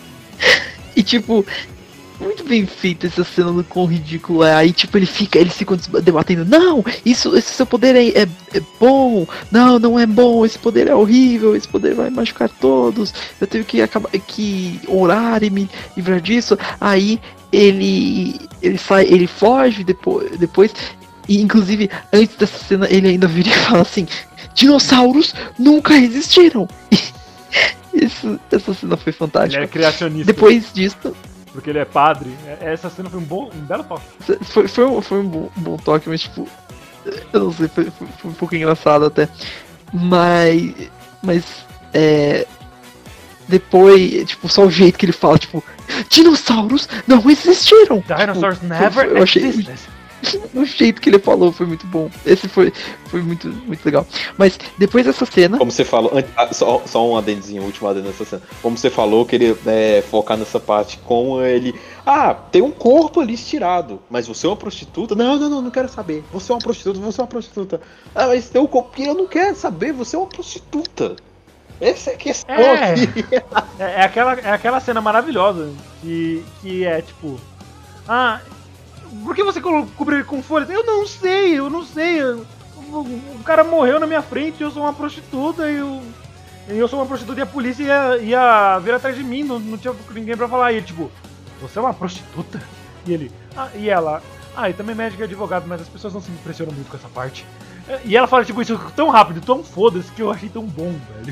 E tipo, muito bem feita essa cena do quão ridículo é. Aí tipo, ele fica, eles ficam desba- debatendo, não, isso, esse seu poder é, é, é bom, não, não é bom, esse poder é horrível, esse poder vai machucar todos, eu tenho que acabar que orar e me livrar disso. Aí ele ele sai, ele foge depois, depois e inclusive antes dessa cena ele ainda vira e fala assim, dinossauros nunca existiram. Isso, essa cena foi Ele fantástica. é criacionista. Depois disso, Porque ele é padre. É- Essa cena foi um, bom, um belo toque. foi, foi, um, foi um, bom, um bom toque, mas tipo, eu não sei, foi, foi, foi um pouco engraçado até. Mas, mas, é, depois, tipo, só o jeito que ele fala, tipo, dinossauros não existiram. Dinosaurs Tipo, never foi- eu achei- existed. O jeito que ele falou foi muito bom. Esse foi, foi muito, muito legal. Mas depois dessa cena, Como você falou, an- ah, só, só um adendozinho, um último adendo nessa cena. Como você falou, que ele é, focar nessa parte com ele. Ah, tem um corpo ali estirado, mas você é uma prostituta? Não, não, não, não quero saber. Você é uma prostituta, você é uma prostituta. Ah, mas tem um corpo que eu não quero saber, você é uma prostituta. Essa é a questão É. aqui. É, é aquela, é aquela cena maravilhosa que, que é tipo. Ah, por que você colo- cobriu ele com folhas? Eu não sei, eu não sei. eu- o, o cara morreu na minha frente, eu sou uma prostituta e eu. E eu sou uma prostituta e a polícia ia, ia vir atrás de mim, não, não tinha ninguém pra falar. E ele, tipo, você é uma prostituta? E ele, ah, e ela, ah, e também médico e advogado, mas as pessoas não se impressionam muito com essa parte. E ela fala, tipo, isso tão rápido, tão foda-se, que eu achei tão bom, velho.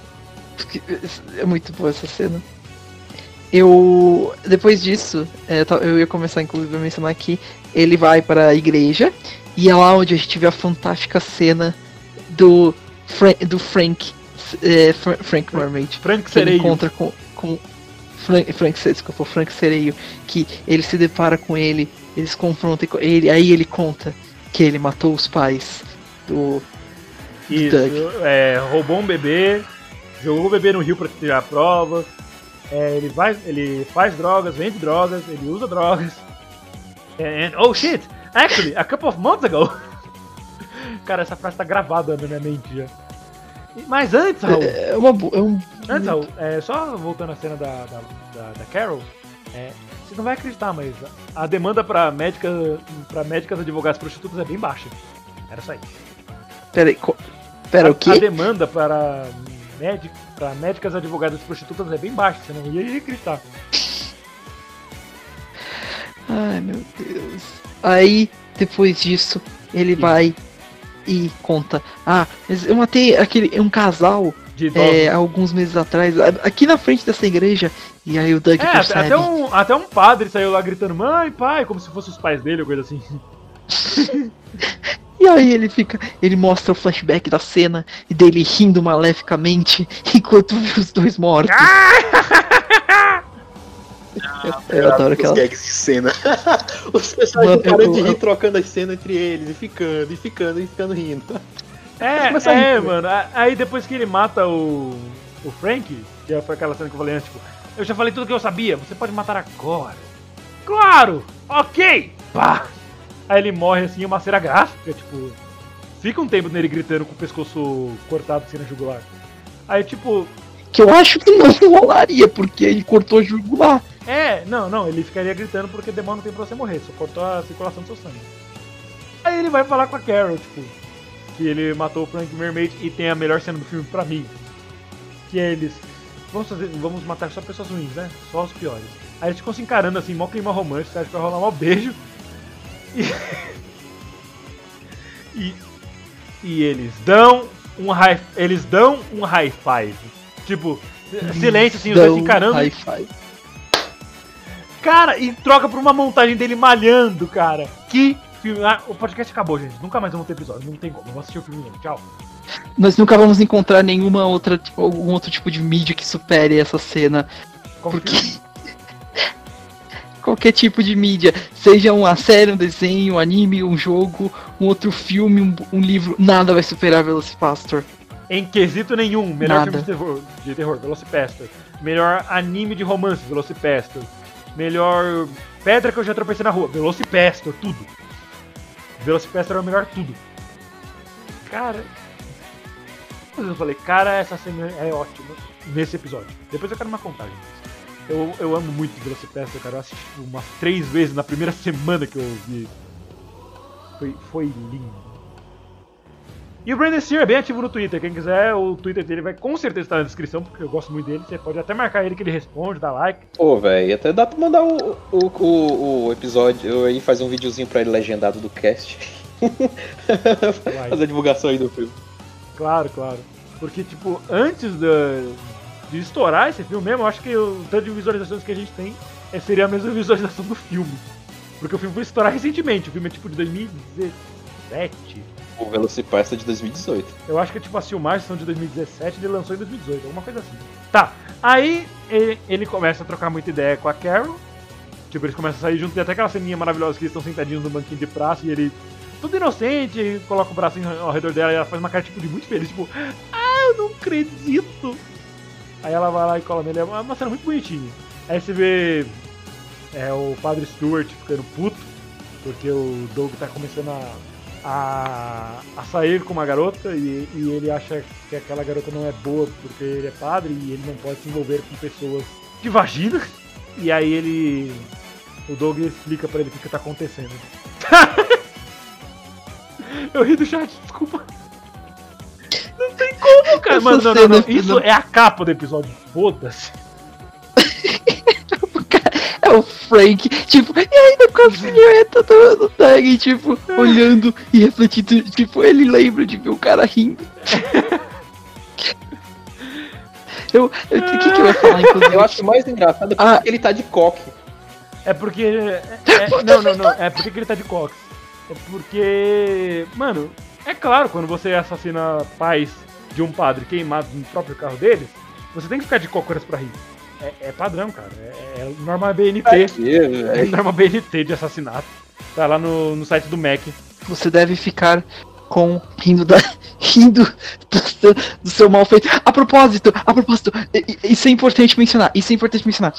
É muito boa essa cena. Eu, depois disso, é, eu ia começar inclusive a mencionar que ele vai para a igreja e é lá onde a gente vê a fantástica cena do, Fra do Frank, é, Fra Frank Mermaid. Frank que ele Sereio. encontra com, com Frank, Frank, desculpa, Frank Sereio, que ele se depara com ele, eles confrontam ele, aí ele conta que ele matou os pais do, do Isso, Doug. é, roubou um bebê, jogou o bebê no rio pra tirar a prova. É, ele, vai, ele faz drogas, vende drogas, ele usa drogas. And, oh shit, actually, a couple of months ago. Cara, essa frase tá gravada na minha mente já. Mas antes, Raul. É, é uma boa. É um... Antes, Raul, é, só voltando à cena da, da, da, da Carol. É, você não vai acreditar, mas a demanda pra, médica, pra médicas, advogadas e prostitutas é bem baixa. Era só isso. Pera aí, co... Pera, a, o quê? A demanda para. Médic, pra médicas, advogadas e prostitutas é bem baixa, você não ia acreditar. Ai, meu Deus. Aí, depois disso, ele Sim. vai e conta. Ah, mas eu matei aquele, um casal De idosos. é, alguns meses atrás, aqui na frente dessa igreja. E aí o Doug É, percebe. até um, até um padre saiu lá gritando, mãe, pai, como se fossem os pais dele ou coisa assim. E aí ele fica, ele mostra o flashback da cena e dele rindo maleficamente enquanto vê os dois mortos. eu, eu adoro aquela. Os gags de cena. Os personagens Mano, param eu- de rir, eu- trocando as cenas entre eles, e ficando, e ficando, e ficando rindo. É, Começa a é, rir, mano. a- Aí depois que ele mata o, o Frank, que foi aquela cena que eu falei antes, tipo, eu já falei tudo que eu sabia, você pode matar agora. Claro! Ok! Pá! Aí ele morre assim, uma cena gráfica, tipo, fica um tempo nele gritando com o pescoço cortado assim na jugular. Aí tipo, Que eu acho que não rolaria, porque ele cortou o jugular. é, não, não, ele ficaria gritando porque demora um tempo pra você morrer, só cortou a circulação do seu sangue. Aí ele vai falar com a Carol, tipo, que ele matou o Frank Mermaid e tem a melhor cena do filme pra mim. Que é eles, vamos fazer, vamos matar só pessoas ruins, né? Só os piores. Aí eles ficam se encarando assim, mó clima romântico, acho que vai rolar um beijo. E, e, e eles dão um high, eles dão um high five. Tipo, silêncio assim, os dois Dão se encarando. high five. Cara, e troca por uma montagem dele malhando, cara. Que filme. Ah, o podcast acabou, gente. Nunca mais vamos ter episódio. Não tem como. Eu vou assistir o filme mesmo. Tchau. Nós nunca vamos encontrar nenhuma outra, tipo, algum outro tipo de mídia que supere essa cena. Confio. Porque qualquer tipo de mídia, seja uma série, um desenho, um anime, um jogo, um outro filme, um, um livro, nada vai superar Velocipastor. Em quesito nenhum. Melhor Nada. filme de terror, de terror, Velocipastor. Melhor anime de romance, Velocipastor. Melhor pedra que eu já tropecei na rua, Velocipastor, tudo. Velocipastor é o melhor tudo. Cara. Eu falei, cara, essa cena é ótima nesse episódio. Depois eu quero uma contagem. Eu, eu amo muito Velocipastor, cara. Eu assisti tipo, umas três vezes na primeira semana que eu vi. Foi, foi lindo. E o Brandon Steer é bem ativo no Twitter. Quem quiser, o Twitter dele vai com certeza estar na descrição, porque eu gosto muito dele. Você pode até marcar ele que ele responde, dá like. Pô, velho, até dá pra mandar o, o, o, o episódio aí, fazer um videozinho pra ele legendado do cast. Fazer a divulgação aí do filme. Claro, claro. Porque, tipo, antes da, de estourar esse filme mesmo, eu acho que o tanto de visualizações que a gente tem é, seria a mesma visualização do filme. Porque o filme foi estourar recentemente. O filme é tipo de dois mil e dezessete. O Velocipastor de dois mil e dezoito. Eu acho que tipo as filmagens são de dois mil e dezessete e ele lançou em dois mil e dezoito, alguma coisa assim. Tá, aí ele, ele começa a trocar muita ideia com a Carol. Tipo, eles começam a sair junto, tem até aquela ceninha maravilhosa que eles estão sentadinhos no banquinho de praça e ele, tudo inocente, coloca o bracinho ao redor dela e ela faz uma cara tipo de muito feliz, tipo, ah, eu não acredito. Aí ela vai lá e cola nele, é uma cena muito bonitinha. Aí você vê é, o Padre Stewart ficando puto, porque o Doug tá começando a A, a sair com uma garota e, e ele acha que aquela garota não é boa porque ele é padre e ele não pode se envolver com pessoas de vagina. E aí ele. O Doug explica pra ele o que, que tá acontecendo. Eu ri do chat, desculpa. Não tem como. Como, cara? Essa Mano, não, não, cena, não. filho Isso da- é a capa do episódio. Foda-se. É o Frank, tipo, e ainda com a silhueta do, do Doug, tipo, olhando e refletindo, tipo, ele lembra de ver o cara rindo. Eu, eu, o que que eu ia falar, inclusive? Eu acho mais engraçado porque Ah. ele tá de coque. É porque. é- é- não, não, não. É porque que ele tá de cox. É porque. Mano, é claro, quando você assassina pais de um padre queimados no próprio carro deles, você tem que ficar de cócoras pra rir. É, é padrão, cara. É, é norma B N T. É norma B N T de assassinato. Tá lá no, no site do M E C. Você deve ficar com rindo da rindo do seu, do seu mal feito. A propósito, a propósito, i- i- isso é importante mencionar. Isso é importante mencionar.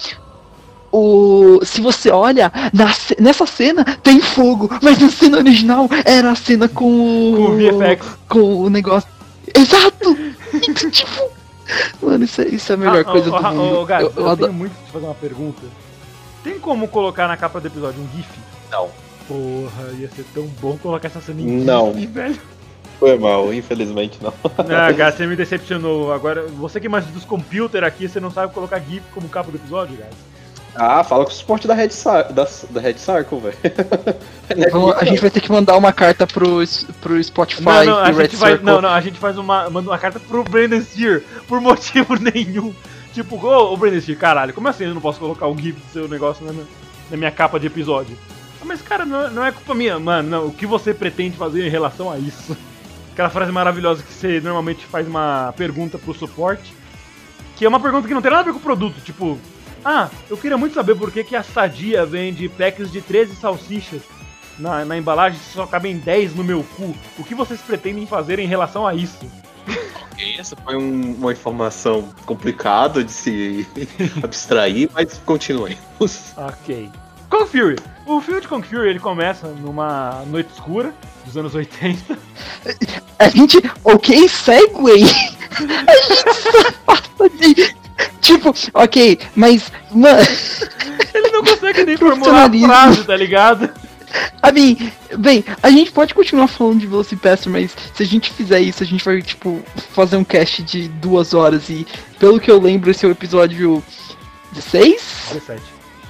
O se você olha na ce- nessa cena tem fogo, mas na cena original era a cena com o Com o V F X. com o negócio. Exato. Então, tipo, mano, isso é, isso é a melhor Ah, coisa ô, do ô, mundo. ô, Gabs, eu, eu, eu tenho adoro. muito que te fazer uma pergunta. Tem como colocar na capa do episódio um GIF? Não. Porra, ia ser tão bom colocar essa cena em Não. GIF, velho. Foi mal, infelizmente não. Ah, Gás, você me decepcionou. Agora, você que é mais dos computers aqui, você não sabe colocar GIF como capa do episódio, Gás. Ah, fala com o suporte da Red, Sar da, da Red Circle, velho. Vamos- a gente vai ter que mandar uma carta pro, pro Spotify Não, não, a e Red gente vai, Circle. não, não, a gente faz uma, manda uma carta pro Brandon Steer, por motivo nenhum. Tipo, ô, ô Brandon Steer, caralho, como assim eu não posso colocar o GIF do seu negócio na, na minha capa de episódio? Ah, mas, cara, não, é- não é culpa minha, mano, não, o que você pretende fazer em relação a isso? Aquela frase maravilhosa que você normalmente faz uma pergunta pro suporte, que é uma pergunta que não tem nada a ver com o produto, tipo, ah, eu queria muito saber por que, que a Sadia vende packs de treze salsichas na, na embalagem se só cabem dez no meu cu. O que vocês pretendem fazer em relação a isso? Essa foi um- uma informação complicada de se abstrair, mas continuemos. Ok. Kung Fury. O filme de Kung Fury ele começa numa noite escura dos anos oitenta. A gente. Ok, segue! A gente só passa de. Tipo, ok, mas. Mano. Ele não consegue nem formular a Profissionalismo. frase, tá ligado? A mim, bem, a gente pode continuar falando de Velocipastor, mas se a gente fizer isso, a gente vai, tipo, fazer um cast de duas horas e, pelo que eu lembro, esse é o episódio dezesseis? dezessete.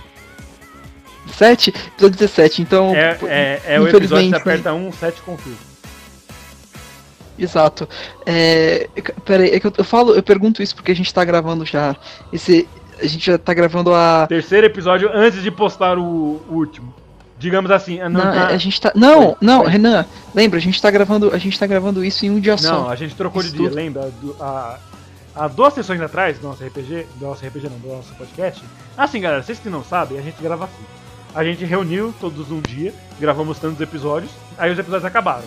dezessete? Episódio dezessete, então. É, pô, é, é o episódio que você infelizmente, aperta um, sete Kung Fury. Exato. É, pera aí, é que eu, eu falo, eu pergunto isso porque a gente tá gravando já. Esse, a gente já tá gravando a. Terceiro episódio antes de postar o, o último. Digamos assim. Não, Não, tá- a gente tá. Não, Foi, não, foi. Renan, lembra, a gente tá gravando. A gente tá gravando isso em um dia Não, só. a gente trocou de Isso dia, tudo. lembra? Do- a- Há duas sessões atrás do nosso R P G, do nosso R P G não, do nosso podcast. Assim, galera, vocês que não sabem, a gente grava assim. A gente reuniu todos num dia, gravamos tantos episódios, aí os episódios acabaram.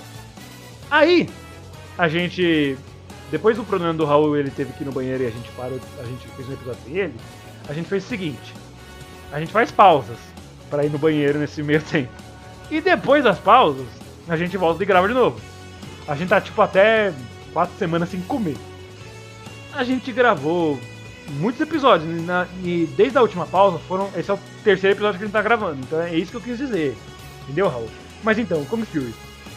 Aí, a gente, depois do problema do Raul, ele teve que ir no banheiro e a gente parou, a gente fez um episódio sem ele, a gente fez o seguinte, a gente faz pausas pra ir no banheiro nesse meio tempo. E depois das pausas, a gente volta e grava de novo. A gente tá tipo até quatro semanas sem comer. A gente gravou muitos episódios, e na- e desde a última pausa foram. Esse é o terceiro episódio que a gente tá gravando, então é isso que eu quis dizer. Entendeu, Raul? Mas então, Kung Fury.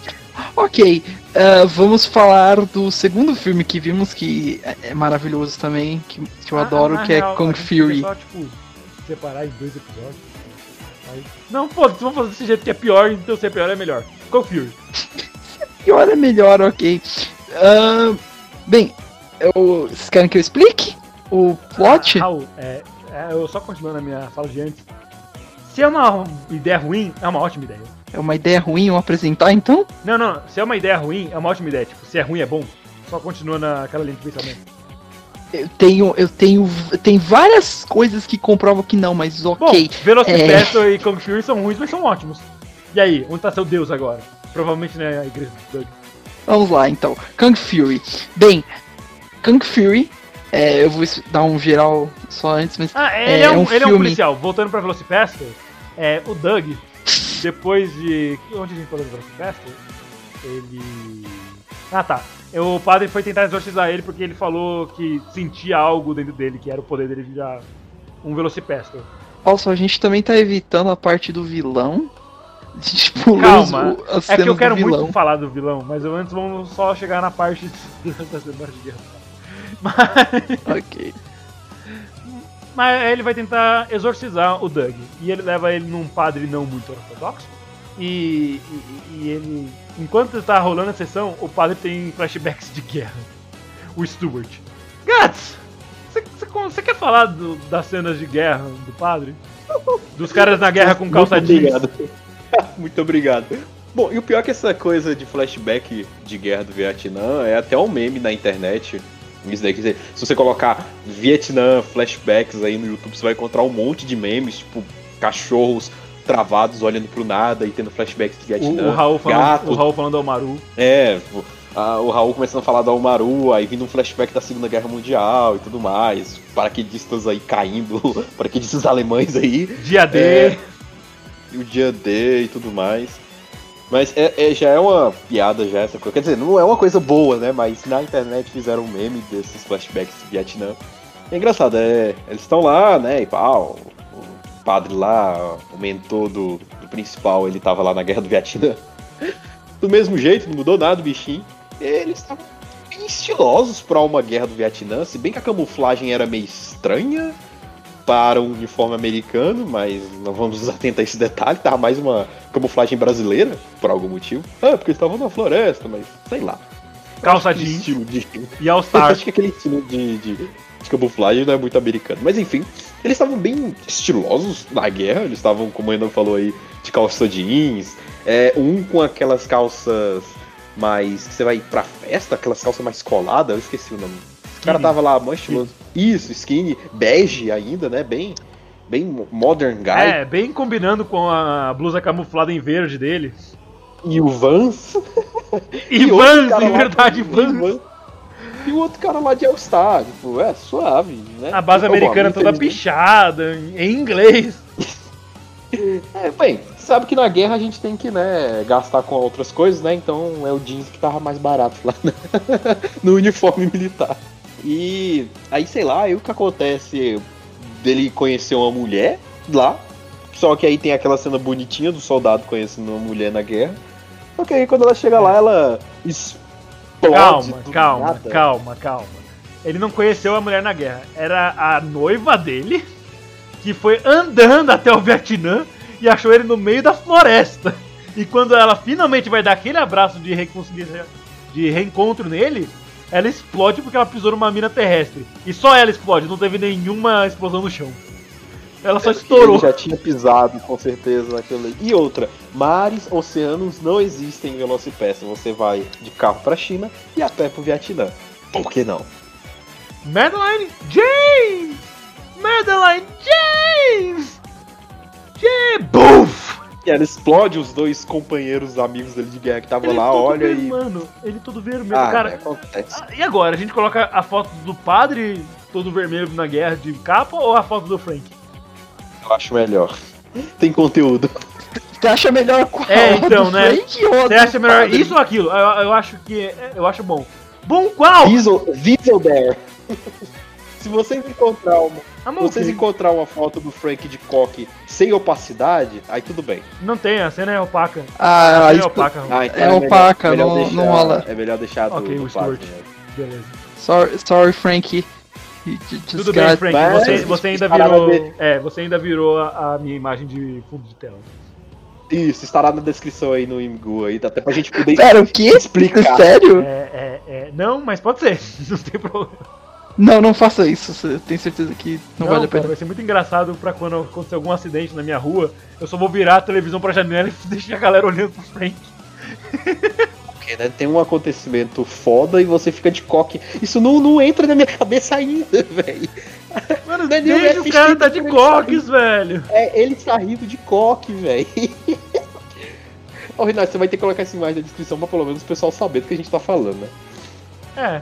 Ok, ah, vamos falar do segundo filme que vimos, que é é maravilhoso também, que, que eu Ah, adoro, na que real, é Kung a gente podia Fury. só, tipo, separar em dois episódios. Aí- Não, pô, vamos fazer desse jeito que é pior, então se é pior é melhor. Kung Fury. Pior é melhor, ok. Ah, bem, eu, vocês querem que eu explique o plot? Ah, Raul, é, é, eu só continuando a minha fala de antes. Se é uma ideia ruim, é uma ótima ideia. É uma ideia ruim eu apresentar, então? Não, não, se é uma ideia ruim, é uma ótima ideia. Tipo, se é ruim, é bom. Só continua naquela linha de pensamento. Eu tenho, eu tenho, tem várias coisas que comprovam que não, mas Bom, ok. Velocipastor e Kung Fury são ruins, mas são ótimos. E aí, onde tá seu deus agora? Provavelmente na igreja do Doug. Vamos lá, então. Kung Fury. Bem, Kung Fury, é, eu vou es- dar um geral só antes, mas Ah, ele é, É, um, um ele é um filme. policial. Voltando pra Velocipastor, é, o Doug, depois de... Onde a gente falou do Velocipastor? Ele... Ah, tá. O padre foi tentar exorcizar ele porque ele falou que sentia algo dentro dele, que era o poder dele virar um Velocipastor. also, a gente também tá evitando a parte do vilão. Tipo, Calma, os- as é que eu cenas quero do vilão. muito falar do vilão, mas eu antes vamos só chegar na parte da cenas de guerra. Mas, Ok. mas aí ele vai tentar exorcizar o Doug. E ele leva ele num padre não muito ortodoxo. E, e, e ele, enquanto tá rolando a sessão, o padre tem flashbacks de guerra. O Stuart. Gats! Você quer falar do- das cenas de guerra do padre? Dos caras na guerra com calça Muito jeans? obrigado. Muito obrigado. Bom, e o pior é que essa coisa de flashback de guerra do Vietnã é até um meme na internet. Isso daí, quer dizer, se você colocar Vietnã flashbacks aí no YouTube, você vai encontrar um monte de memes, tipo, cachorros travados olhando pro nada e tendo flashbacks de O, Vietnã. o, Raul falando, gatos, o Raul falando do Amaru. É, tipo, a- o Raul começando a falar da Umaru, aí vindo um flashback da Segunda Guerra Mundial e tudo mais, paraquedistas aí caindo, paraquedistas alemães aí, Dia D. É. e o dia D e tudo mais. Mas é, é- já é uma piada já essa coisa, quer dizer, não é uma coisa boa, né, mas na internet fizeram um meme desses flashbacks de Vietnã. É engraçado, é, eles estão lá, né, e pau, o padre lá, o mentor do, do principal, ele tava lá na Guerra do Vietnã. Do mesmo jeito, não mudou nada o bichinho. Eles estavam bem estilosos para uma guerra do Vietnã, se bem que a camuflagem era meio estranha para um uniforme americano, mas não vamos nos atentar a esse detalhe, tava mais uma camuflagem brasileira, por algum motivo. Ah, porque eles estavam na floresta, mas sei lá. Calça Acho que jeans. estilo de... E All Eu Star. acho que aquele estilo de, de, de camuflagem não é muito americano. Mas enfim, eles estavam bem estilosos na guerra, eles estavam, como o Renan falou aí, de calça jeans, é, um com aquelas calças mais. Que você vai pra festa, aquelas calças mais coladas, eu esqueci o nome. O cara tava lá, mó estiloso. Isso, skinny, bege ainda, né? Bem, bem modern guy. É, bem combinando com a blusa camuflada em verde dele. E o Vans. E outro Vans, cara em lá verdade, de- Vans. E o outro cara lá de All Star, tipo, é suave, né? A base Tá bom, americana toda infelizmente- pichada, em inglês. É, bem, sabe que na guerra a gente tem que, né, gastar com outras coisas, né? Então é o jeans que tava mais barato lá né? no uniforme militar. E aí, sei lá, aí o que acontece dele conhecer uma mulher lá, só que aí tem aquela cena bonitinha do soldado conhecendo uma mulher na guerra. Só que aí quando ela chega lá, ela explode. Calma, do calma, nada. calma, calma. Ele não conheceu a mulher na guerra. Era a noiva dele, que foi andando até o Vietnã e achou ele no meio da floresta. E quando ela finalmente vai dar aquele abraço de reconciliação, de reencontro nele, ela explode porque ela pisou numa mina terrestre. E só ela explode, não teve nenhuma explosão no chão. Ela só estourou. Ele já tinha pisado, com certeza, naquilo ali. E outra, mares, oceanos não existem em Velocipastor. Você vai de carro pra China e a pé pro Vietnã. Por que não? Madeline James! Madeline James! James! Boof! E ela explode os dois companheiros amigos dele de guerra que estavam Ele lá, todo olha vermelho, e... Mano, ele todo vermelho. Ah, cara, acontece. ah, e agora? A gente coloca a foto do padre todo vermelho na guerra de capa ou a foto do Frank? Eu acho melhor. Tem conteúdo. Você acha melhor qual? É, então, Do né? Frank ou Você do acha melhor padre? isso ou aquilo? Eu, eu acho que. Eu acho bom. Bom qual? Diesel, Diesel there. Se vocês encontrar uma, Ah, se mas vocês ok. encontrar uma foto do Frank de coque sem opacidade, aí tudo bem. Não tem, a cena é opaca. Ah, a cena isso- é opaca. Ah, então É melhor- opaca, melhor não- deixar- não rola. É melhor deixar do, Ok, do o Stuart. padre, né? Beleza. Sorry, sorry Frank. You ju- just Tudo bem, got- Frank. Mas Você, você ainda estará na virou. de- É, você ainda virou a, a minha imagem de fundo de tela. Isso, estará na descrição aí no Imgu aí, até pra gente poder Pera, o quê? explicar. Sério? É, é, é. Não, mas pode ser. Não tem problema. Não, não faça isso. Eu tenho certeza que não, vale a cara, pena. vai ser muito engraçado pra quando acontecer algum acidente na minha rua, eu só vou virar a televisão pra janela e deixar a galera olhando pro Frank. Porque, né, tem um acontecimento foda e você fica de coque. Isso não, não entra na minha cabeça ainda, velho. Mano, Não é nem o deixa o F X cara tá de que ele coques, velho. É, ele tá rindo de coque, velho. Ô, Renato, você vai ter que colocar essa imagem na descrição pra pelo menos o pessoal saber do que a gente tá falando, né? É.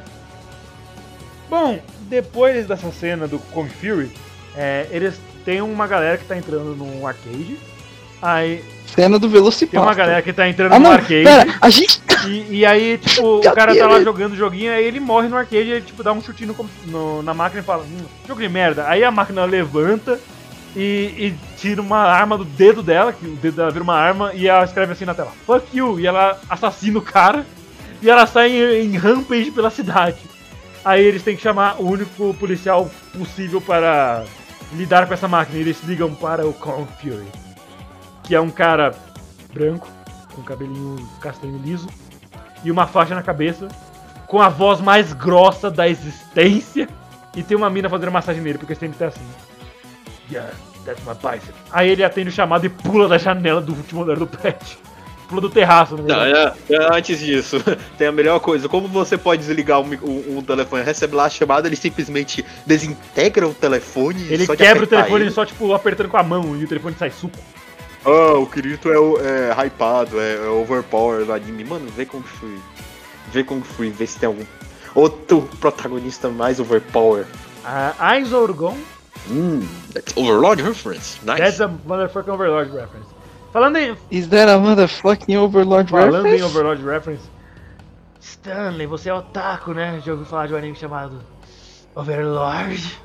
Bom, depois dessa cena do Kung Fury, é, eles têm uma galera que tá entrando num arcade. Aí Cena do Velocipastor. tem uma galera que tá entrando Ah, no não, arcade. pera, a gente... E, e aí, tipo, o cara tá lá jogando o joguinho, aí ele morre no arcade e ele, tipo, dá um chutinho no, no- na máquina e fala, hum, jogo de merda. Aí a máquina levanta e, e tira uma arma do dedo dela, que o dedo dela vira uma arma, e ela escreve assim na tela, fuck you, e ela assassina o cara, e ela sai em, em rampage pela cidade. Aí eles têm que chamar o único policial possível para lidar com essa máquina, e eles ligam para o Kung Fury, que é um cara branco, com cabelinho castanho liso, e uma faixa na cabeça, com a voz mais grossa da existência, e tem uma mina fazendo massagem nele, porque sempre tá assim. Yeah, that's my bicep. Aí ele atende o chamado e pula da janela do último andar do prédio. Pula do terraço, não é? Antes disso, tem a melhor coisa. Como você pode desligar um, um, um telefone, recebe lá a chamada, ele simplesmente desintegra o telefone. Ele só quebra o telefone ele. só, tipo, apertando com a mão e o telefone sai suco. Ah, o Kirito é, o, é hypado, é, é overpower no anime. Mano, vê Kung Fu. Vê Kung Fu, vê se tem algum outro protagonista mais overpower. Uh, Aiz Orgon. Hum, that's Overlord reference. Nice. That's a motherfucking Overlord reference. Falando em... Is that a motherfucking Overlord Falando reference? em Overlord reference... Stanley, você é otaku, né? Já ouviu falar de um anime chamado... Overlord?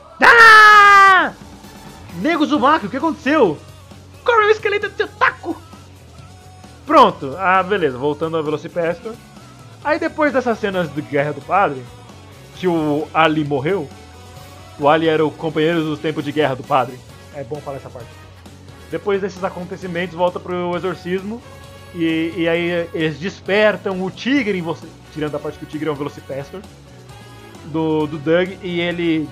Ah! Nego Uzumaki, o que aconteceu? Corre o esqueleto do seu taco! Pronto, ah, beleza, voltando ao Velocipastor. Aí depois dessas cenas de Guerra do Padre, que o Ali morreu, o Ali era o companheiro dos tempos de guerra do padre. É bom falar essa parte. Depois desses acontecimentos, volta pro exorcismo. E, e aí eles despertam o tigre em você. Tirando a parte que o tigre é um Velocipastor. Do, do Doug. E ele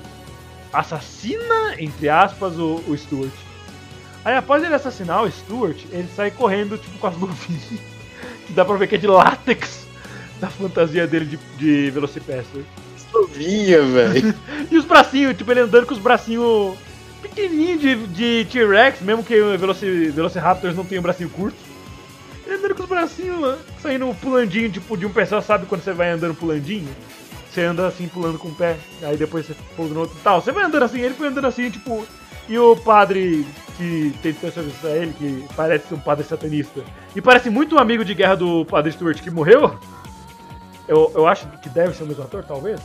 assassina, entre aspas, o, o Stuart. Aí após ele assassinar o Stuart, ele sai correndo tipo com as luvinhas. Que dá pra ver que é de látex. Da fantasia dele de, de Velocipastor. Luvinha, velho. E os bracinhos, tipo, ele andando com os bracinhos pequenininhos de, de T-Rex, mesmo que o Veloci, Velociraptors não tenha um bracinho curto. Ele andando com os bracinhos, saindo pulandinho, tipo, de um pé só, sabe quando você vai andando pulandinho? Você anda assim, pulando com o pé, aí depois você pousa no outro e tal. Você vai andando assim, ele foi andando assim, tipo... E o padre que tentou serviço a ele, que parece ser um padre satanista, e parece muito um amigo de guerra do padre Stuart que morreu... Eu, eu acho que deve ser o mesmo ator, talvez.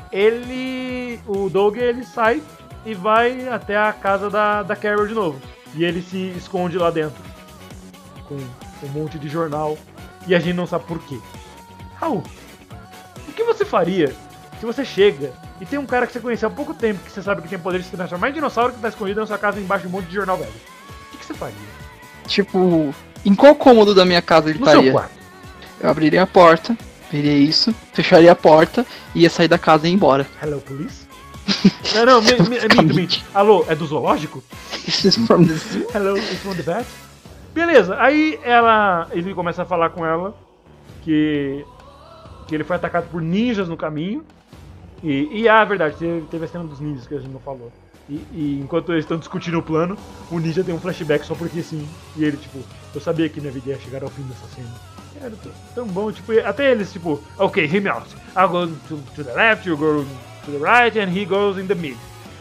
Ele... O Doug, ele sai e vai até a casa da, da Carol de novo. E ele se esconde lá dentro. Com um monte de jornal. E a gente não sabe por quê. Raul, o que você faria se você chega e tem um cara que você conheceu há pouco tempo, que você sabe que tem poder de se transformar em dinossauro, que tá escondido na sua casa embaixo de um monte de jornal velho? O que, que você faria? Tipo, em qual cômodo da minha casa ele No estaria? seu quarto. Eu abriria a porta, veria isso, fecharia a porta e ia sair da casa e ir embora. Hello, police? Não, não, me, me, minto, minto. Alô, é do zoológico? This is from the zoo. Hello, it's from the vet? Beleza, aí ela... Ele começa a falar com ela que... Que ele foi atacado por ninjas no caminho. E, e ah, verdade, teve, teve a cena dos ninjas que a gente não falou. E, e enquanto eles estão discutindo o plano, o ninja tem um flashback só porque sim. E ele, tipo, eu sabia que minha vida ia chegar ao fim dessa cena. Era tão bom, tipo, até eles, tipo, ok, hear me out. I'll go to, to the left, you go to the right, and he goes in the mid.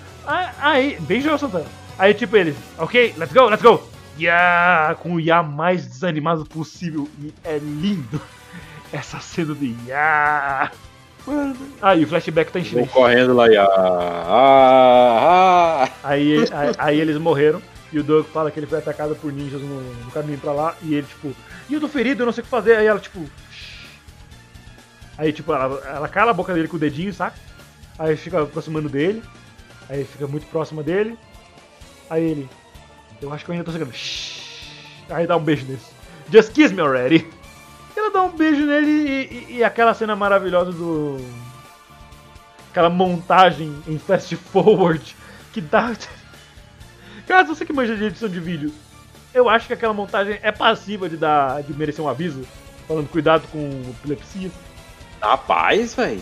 Aí, bem Joel Santana. Aí, tipo, eles, ok, let's go, let's go. Yeah, com o yeah mais desanimado possível. E é lindo essa cena de yeah. Mano. Ah, e o flashback tá em chinês. Vou correndo lá e ah, ah, ah. Aí, aí, aí eles morreram. E o Doug fala que ele foi atacado por ninjas no, no caminho pra lá. E ele, tipo, e eu tô ferido, eu não sei o que fazer. Aí ela, tipo... Shh. Aí, tipo, ela, ela cala a boca dele com o dedinho, saca? Aí fica aproximando dele. Aí fica muito próxima dele. Aí ele... Eu acho que eu ainda tô chegando. Shh. Aí dá um beijo nesse. Just kiss me already. Ela dá um beijo nele e, e, e aquela cena maravilhosa do... Aquela montagem em fast forward que dá... Cara, você que manja de edição de vídeo, eu acho que aquela montagem é passiva de dar, de merecer um aviso, falando cuidado com epilepsia. Rapaz, velho.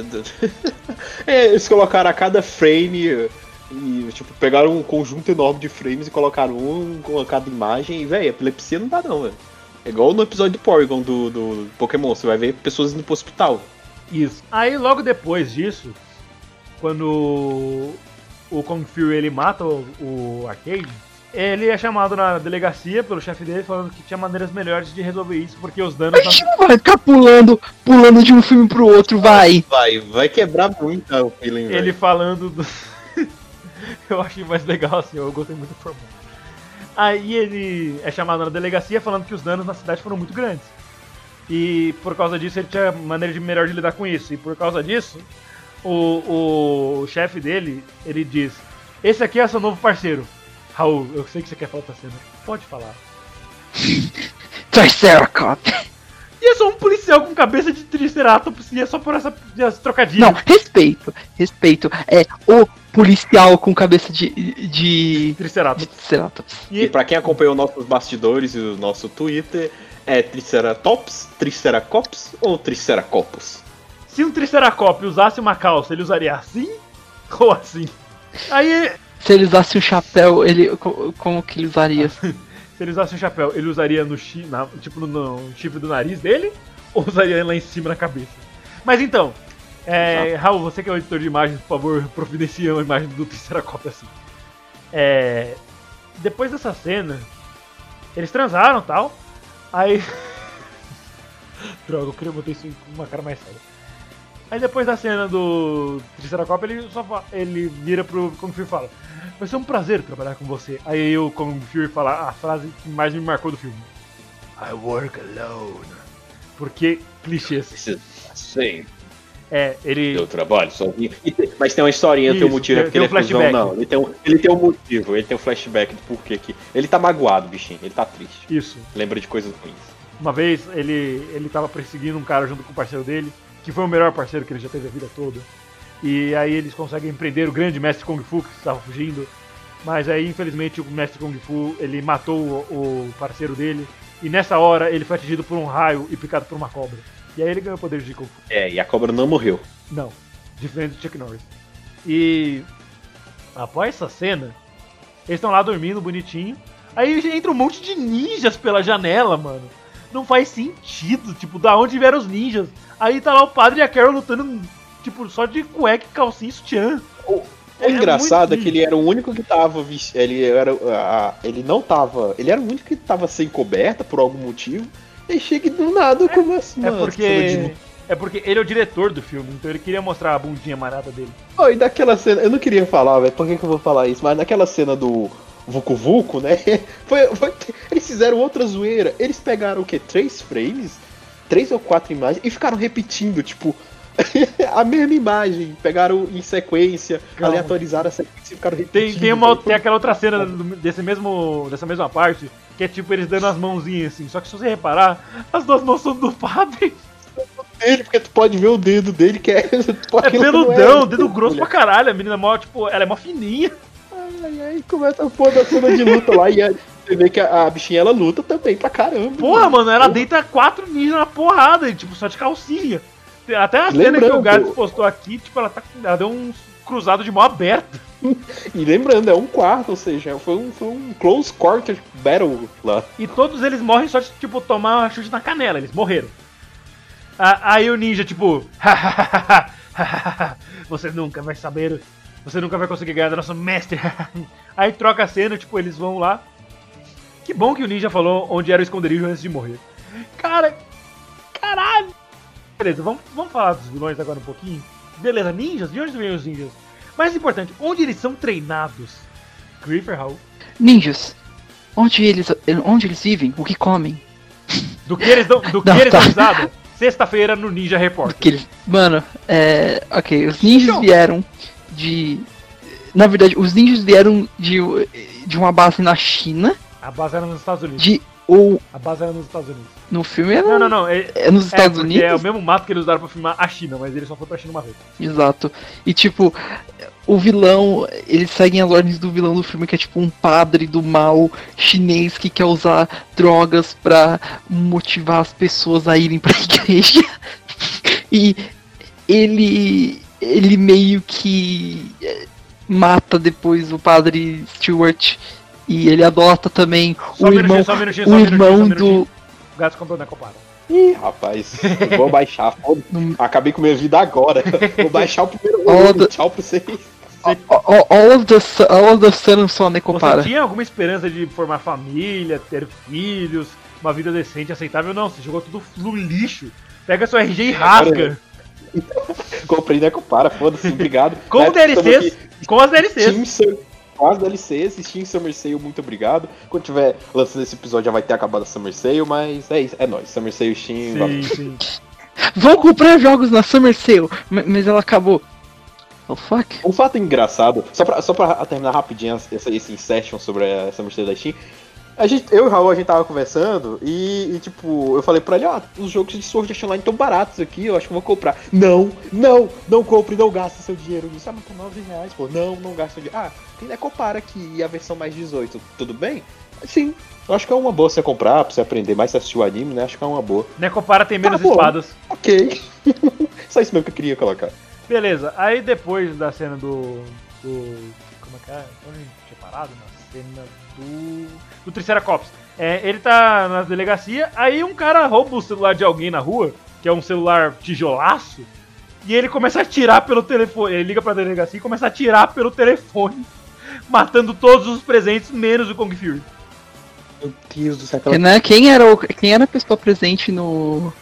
É, eles colocaram a cada frame e, tipo, pegaram um conjunto enorme de frames e colocaram um com cada imagem e, velho, epilepsia não dá não, velho. É igual no episódio do Porygon do, do Pokémon, você vai ver pessoas indo pro hospital. Isso. Aí logo depois disso, quando o Kung Fury ele mata o, o Arcade, ele é chamado na delegacia pelo chefe dele falando que tinha maneiras melhores de resolver isso, porque os danos... A gente não vai ficar pulando, pulando de um filme pro outro, vai. Vai, vai quebrar muito o feeling, velho. Ele falando do... Eu achei mais legal assim, eu gostei muito do formato. Aí ele é chamado na delegacia falando que os danos na cidade foram muito grandes. E por causa disso ele tinha maneira de melhor de lidar com isso. E por causa disso, o, o chefe dele, ele diz: esse aqui é seu novo parceiro. Raul, eu sei que você quer falar outra cena. Pode falar. Triceratops. E é só um policial com cabeça de triceratops e é só por essa, essa trocadilha. Não, respeito, respeito. É o policial com cabeça de. de. Triceratops. de triceratops. E pra quem acompanhou nossos bastidores e o nosso Twitter, é Triceratops, Triceracops ou Triceracopos? Se um triceracop usasse uma calça, ele usaria assim ou assim? Aí, Se ele usasse um chapéu, ele. co- Como que ele usaria? se ele usasse um chapéu, ele usaria no, chi, na, tipo, no, no chifre do nariz dele ou usaria lá em cima na cabeça? Mas então, é, Raul, você que é o editor de imagens, por favor, providencie uma imagem do triceracop assim. É, depois dessa cena, eles transaram e tal. Aí. Droga, eu queria botar isso com uma cara mais séria. Aí depois da cena do Triceracop, ele só fa- ele vira pro Kung Fury e fala: vai ser um prazer trabalhar com você. Aí o Kung Fury fala a frase que mais me marcou do filme: I work alone. Porque clichês. Sim. É, ele. Eu trabalho sozinho. E tem- Mas tem uma historinha, tem um Isso, motivo, tem- é porque tem ele um é cuzão, flashback. não. Ele tem, um, ele tem um motivo, ele tem um flashback do porquê que. Ele tá magoado, bichinho, ele tá triste. Isso. Lembra de coisas ruins. Uma vez ele, ele tava perseguindo um cara junto com o parceiro dele, que foi o melhor parceiro que ele já teve a vida toda. E aí eles conseguem prender o grande mestre Kung Fu que estava fugindo. Mas aí, infelizmente, o mestre Kung Fu, ele matou o, o parceiro dele. E nessa hora ele foi atingido por um raio e picado por uma cobra. E aí ele ganhou poder de Kung Fu. É, e a cobra não morreu. Não, diferente do Chuck Norris. E após essa cena, eles estão lá dormindo bonitinho. Aí entra um monte de ninjas pela janela, mano. Não faz sentido, tipo, da onde vieram os ninjas. Aí tá lá o padre e a Carol lutando, tipo, só de cueca, calcinha e sutiã. O É engraçado muito é que ele era o único que tava vesti- ele era a- ele não tava, ele era o único que tava sem coberta por algum motivo. E chega do nada como assim, É mano, cena de porque. luta. É porque ele é o diretor do filme, então ele queria mostrar a bundinha marada dele. Oh, e daquela cena, eu não queria falar, velho, por que, que eu vou falar isso? Mas naquela cena do Vucu Vucu, né? Foi, foi- eles fizeram outra zoeira. Eles pegaram o quê? Três frames? Três ou quatro imagens e ficaram repetindo, tipo, a mesma imagem. Pegaram em sequência, Calma. aleatorizaram a sequência e ficaram repetindo. Tem, tem, uma, velho. tem aquela outra cena do- desse mesmo, dessa mesma parte, que é tipo eles dando as mãozinhas assim. Só que se você reparar, as duas mãos são do padre. Dele, porque tu pode ver o dedo dele que é. Pô, É aquilo não peludão, dedo grosso pra mulher. caralho. A menina mó, tipo, ela é mó fininha. Ai, ai, começa a pôr da cena de luta lá e a- você vê que a, a bichinha ela luta também pra caramba. Porra, mano, ela deita quatro ninjas na porrada, e, tipo, só de calcinha. Tem até a cena que o Lembrando- Gades postou aqui, tipo, ela, tá, ela deu um cruzado de mão aberta. E lembrando, é um quarto, ou seja, foi um, foi um close quarter battle lá. E todos eles morrem só de, tipo, tomar uma chute na canela, eles morreram. A- Aí o ninja, tipo, você nunca vai saber, você nunca vai conseguir ganhar do nosso mestre. Aí troca a cena, tipo, eles vão lá. Que bom que o ninja falou onde era o esconderijo antes de morrer. Cara, caralho. Beleza, vamos, vamos falar dos vilões agora um pouquinho. Beleza, ninjas? De onde vêm os ninjas? Mais importante, onde eles são treinados? Griefer, Hall. Ninjas. Onde eles, onde eles vivem? O que comem? Do que eles dão, do que Não, eles tá. dão risada? Sexta-feira no Ninja Report. Que eles, mano, é. Ok, os ninjas vieram de. Na verdade, os ninjas vieram de, de uma base na China. A base era nos Estados Unidos. De. Ou A base era nos Estados Unidos. no filme era. Não, não, não. É, É nos é Estados porque Unidos? é o mesmo mato que eles usaram pra filmar a China, mas ele só foi pra China uma vez. Exato. E tipo, o vilão, eles seguem as ordens do vilão do filme, que é tipo um padre do mal chinês que quer usar drogas pra motivar as pessoas a irem pra igreja. E ele. Ele meio que eh, mata depois o padre Stewart. E ele adota também Só o um irmão, minutinho, só um minutinho, só o um minutinho, irmão só um minutinho. do. O Gato comprou na Copara. Ih, rapaz, eu vou baixar. foda-se. Não- Acabei com minha vida agora. Vou baixar o primeiro All volume. the- Tchau pra vocês. All, all of the sun, all of the sun só Você Necopara. tinha alguma esperança de formar família, ter filhos, uma vida decente, aceitável? Não, você jogou tudo no lixo. Pega seu R G e rasga. Comprei, né, compara, foda-se, obrigado. Com Né, tamo D L Cs, aqui, com as D L Cs. Team, Sur- quase D L C, assisti em Summer Sale, muito obrigado. Quando tiver lançando esse episódio já vai ter acabado a Summer Sale, mas é isso, é nóis. Summer Sale Steam, valeu. Sim, sim. Vão comprar jogos na Summer Sale, ma- mas ela acabou. Oh fuck? Um fato engraçado, só pra, só pra terminar rapidinho esse, esse Inception sobre a Summer Sale da Steam. A gente, eu e o Raul, a gente tava conversando e, e, tipo, eu falei pra ele, ó, os jogos de Sword Art Online estão baratos aqui, eu acho que eu vou comprar. Não, não, não compre, não gaste seu dinheiro nisso. Ah, mas tá nove reais, pô. Não, não gaste seu dinheiro. Ah, tem Necopara aqui e a versão mais dezoito, tudo bem? Sim, eu acho que é uma boa você comprar, pra você aprender mais, você assistir o anime, né? Acho que é uma boa. Necopara tem menos Tá bom. espadas. Ok. Só isso mesmo que eu queria colocar. Beleza, aí depois da cena do. do. Como é que é? Onde a gente tinha parado? Na cena do. do Triceratops. É, ele tá na delegacia, aí um cara rouba o celular de alguém na rua, que é um celular tijolaço, e ele começa a atirar pelo telefone. Ele liga pra delegacia e começa a atirar pelo telefone, matando todos os presentes, menos o Kung Fury. Meu Deus do céu. Aquela... Renan, quem era, o, quem era a pessoa presente no.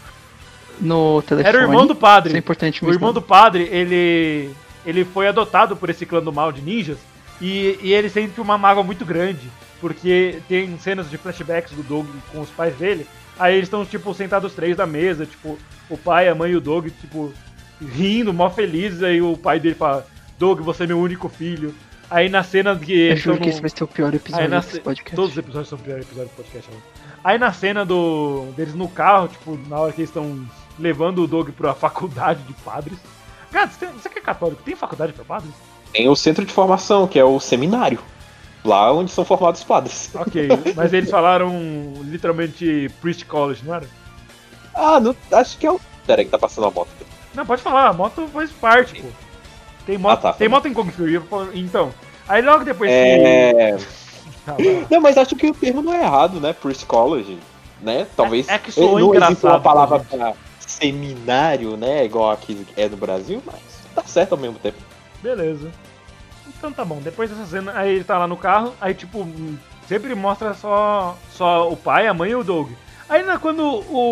no telefone? Era o irmão do padre. Isso é importante O mesmo. irmão do padre, ele. ele foi adotado por esse clã do mal de ninjas, e, e ele sente uma mágoa muito grande. Porque tem cenas de flashbacks do Doug com os pais dele. Aí eles estão, tipo, sentados os três na mesa. Tipo, o pai, a mãe e o Doug, tipo, rindo, mó felizes. Aí o pai dele fala, Doug, você é meu único filho. Aí na cena que Eu eles juro tão que no... esse vai ser o pior episódio Aí na desse ce- podcast. Todos os episódios são o pior episódio do podcast. Né? Aí na cena do deles no carro, tipo, na hora que eles estão levando o Doug pra faculdade de padres. Cara, você, tem- você que é católico, tem faculdade pra padres? Tem o centro de formação, que é o seminário. Lá onde são formados padres. Ok, mas eles falaram literalmente Priest College, não era? Ah, não, acho que é o... Pera aí que tá passando a moto. Não, pode falar, a moto faz parte, pô. Tem moto, Ah, tá, tem tá moto em Kung Fury, então. Aí logo depois É... que... Ah, vai. Não, mas acho que o termo não é errado, né? Priest College, né? Talvez... É- é que soou não engraçado existe uma palavra pra pra seminário, né? Igual aqui é no Brasil, mas tá certo ao mesmo tempo. Beleza. Então tá bom, depois dessa cena, aí ele tá lá no carro, aí tipo, sempre mostra só, só o pai, a mãe e o Doug. Aí na, quando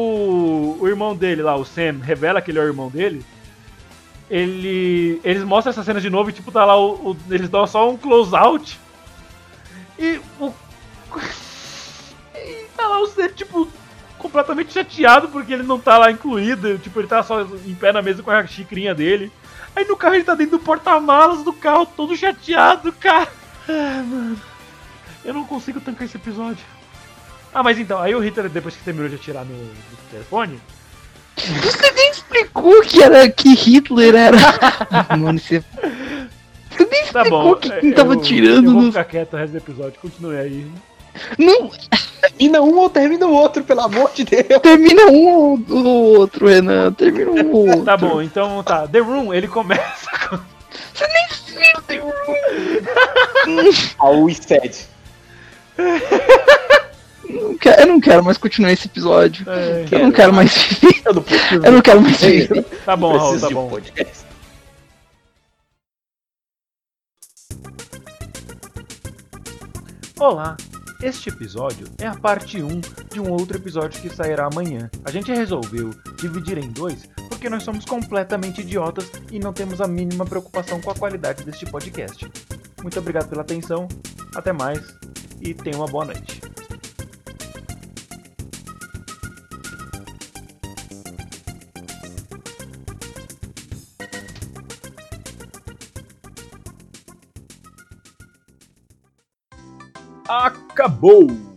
o, o irmão dele lá, o Sam, revela que ele é o irmão dele, ele, eles mostram essa cena de novo e tipo, tá lá, o, o- eles dão só um close-out. E o... e tá lá o Sam, tipo, completamente chateado porque ele não tá lá incluído, tipo, ele tá só em pé na mesa com a xicrinha dele. Aí no carro ele tá dentro do porta-malas do carro, todo chateado, cara. Ah, mano. Eu não consigo tancar esse episódio. Ah, mas então, aí o Hitler, depois que terminou de atirar no, no telefone... Você nem explicou que era que Hitler era. Mano, você. Você nem Tá explicou bom, que é, quem tava eu, tirando eu vou no. ficar quieto o resto do episódio, continue aí. Não, Termina um ou termina o outro, pelo amor de Deus. termina um ou o outro, Renan. Termina um ou outro. Tá bom, então tá. The Room, ele começa com... Você nem viu, tem um. Always said. Não quero- Eu não quero mais continuar esse episódio. É, Eu não quero mais viver. Eu não preciso. Eu não quero mais viver. tá bom, Raul, preciso tá de um bom. podcast. Olá, este episódio é a parte um de um outro episódio que sairá amanhã. A gente resolveu dividir em dois porque nós somos completamente idiotas e não temos a mínima preocupação com a qualidade deste podcast. Muito obrigado pela atenção, até mais e tenha uma boa noite. Acabou!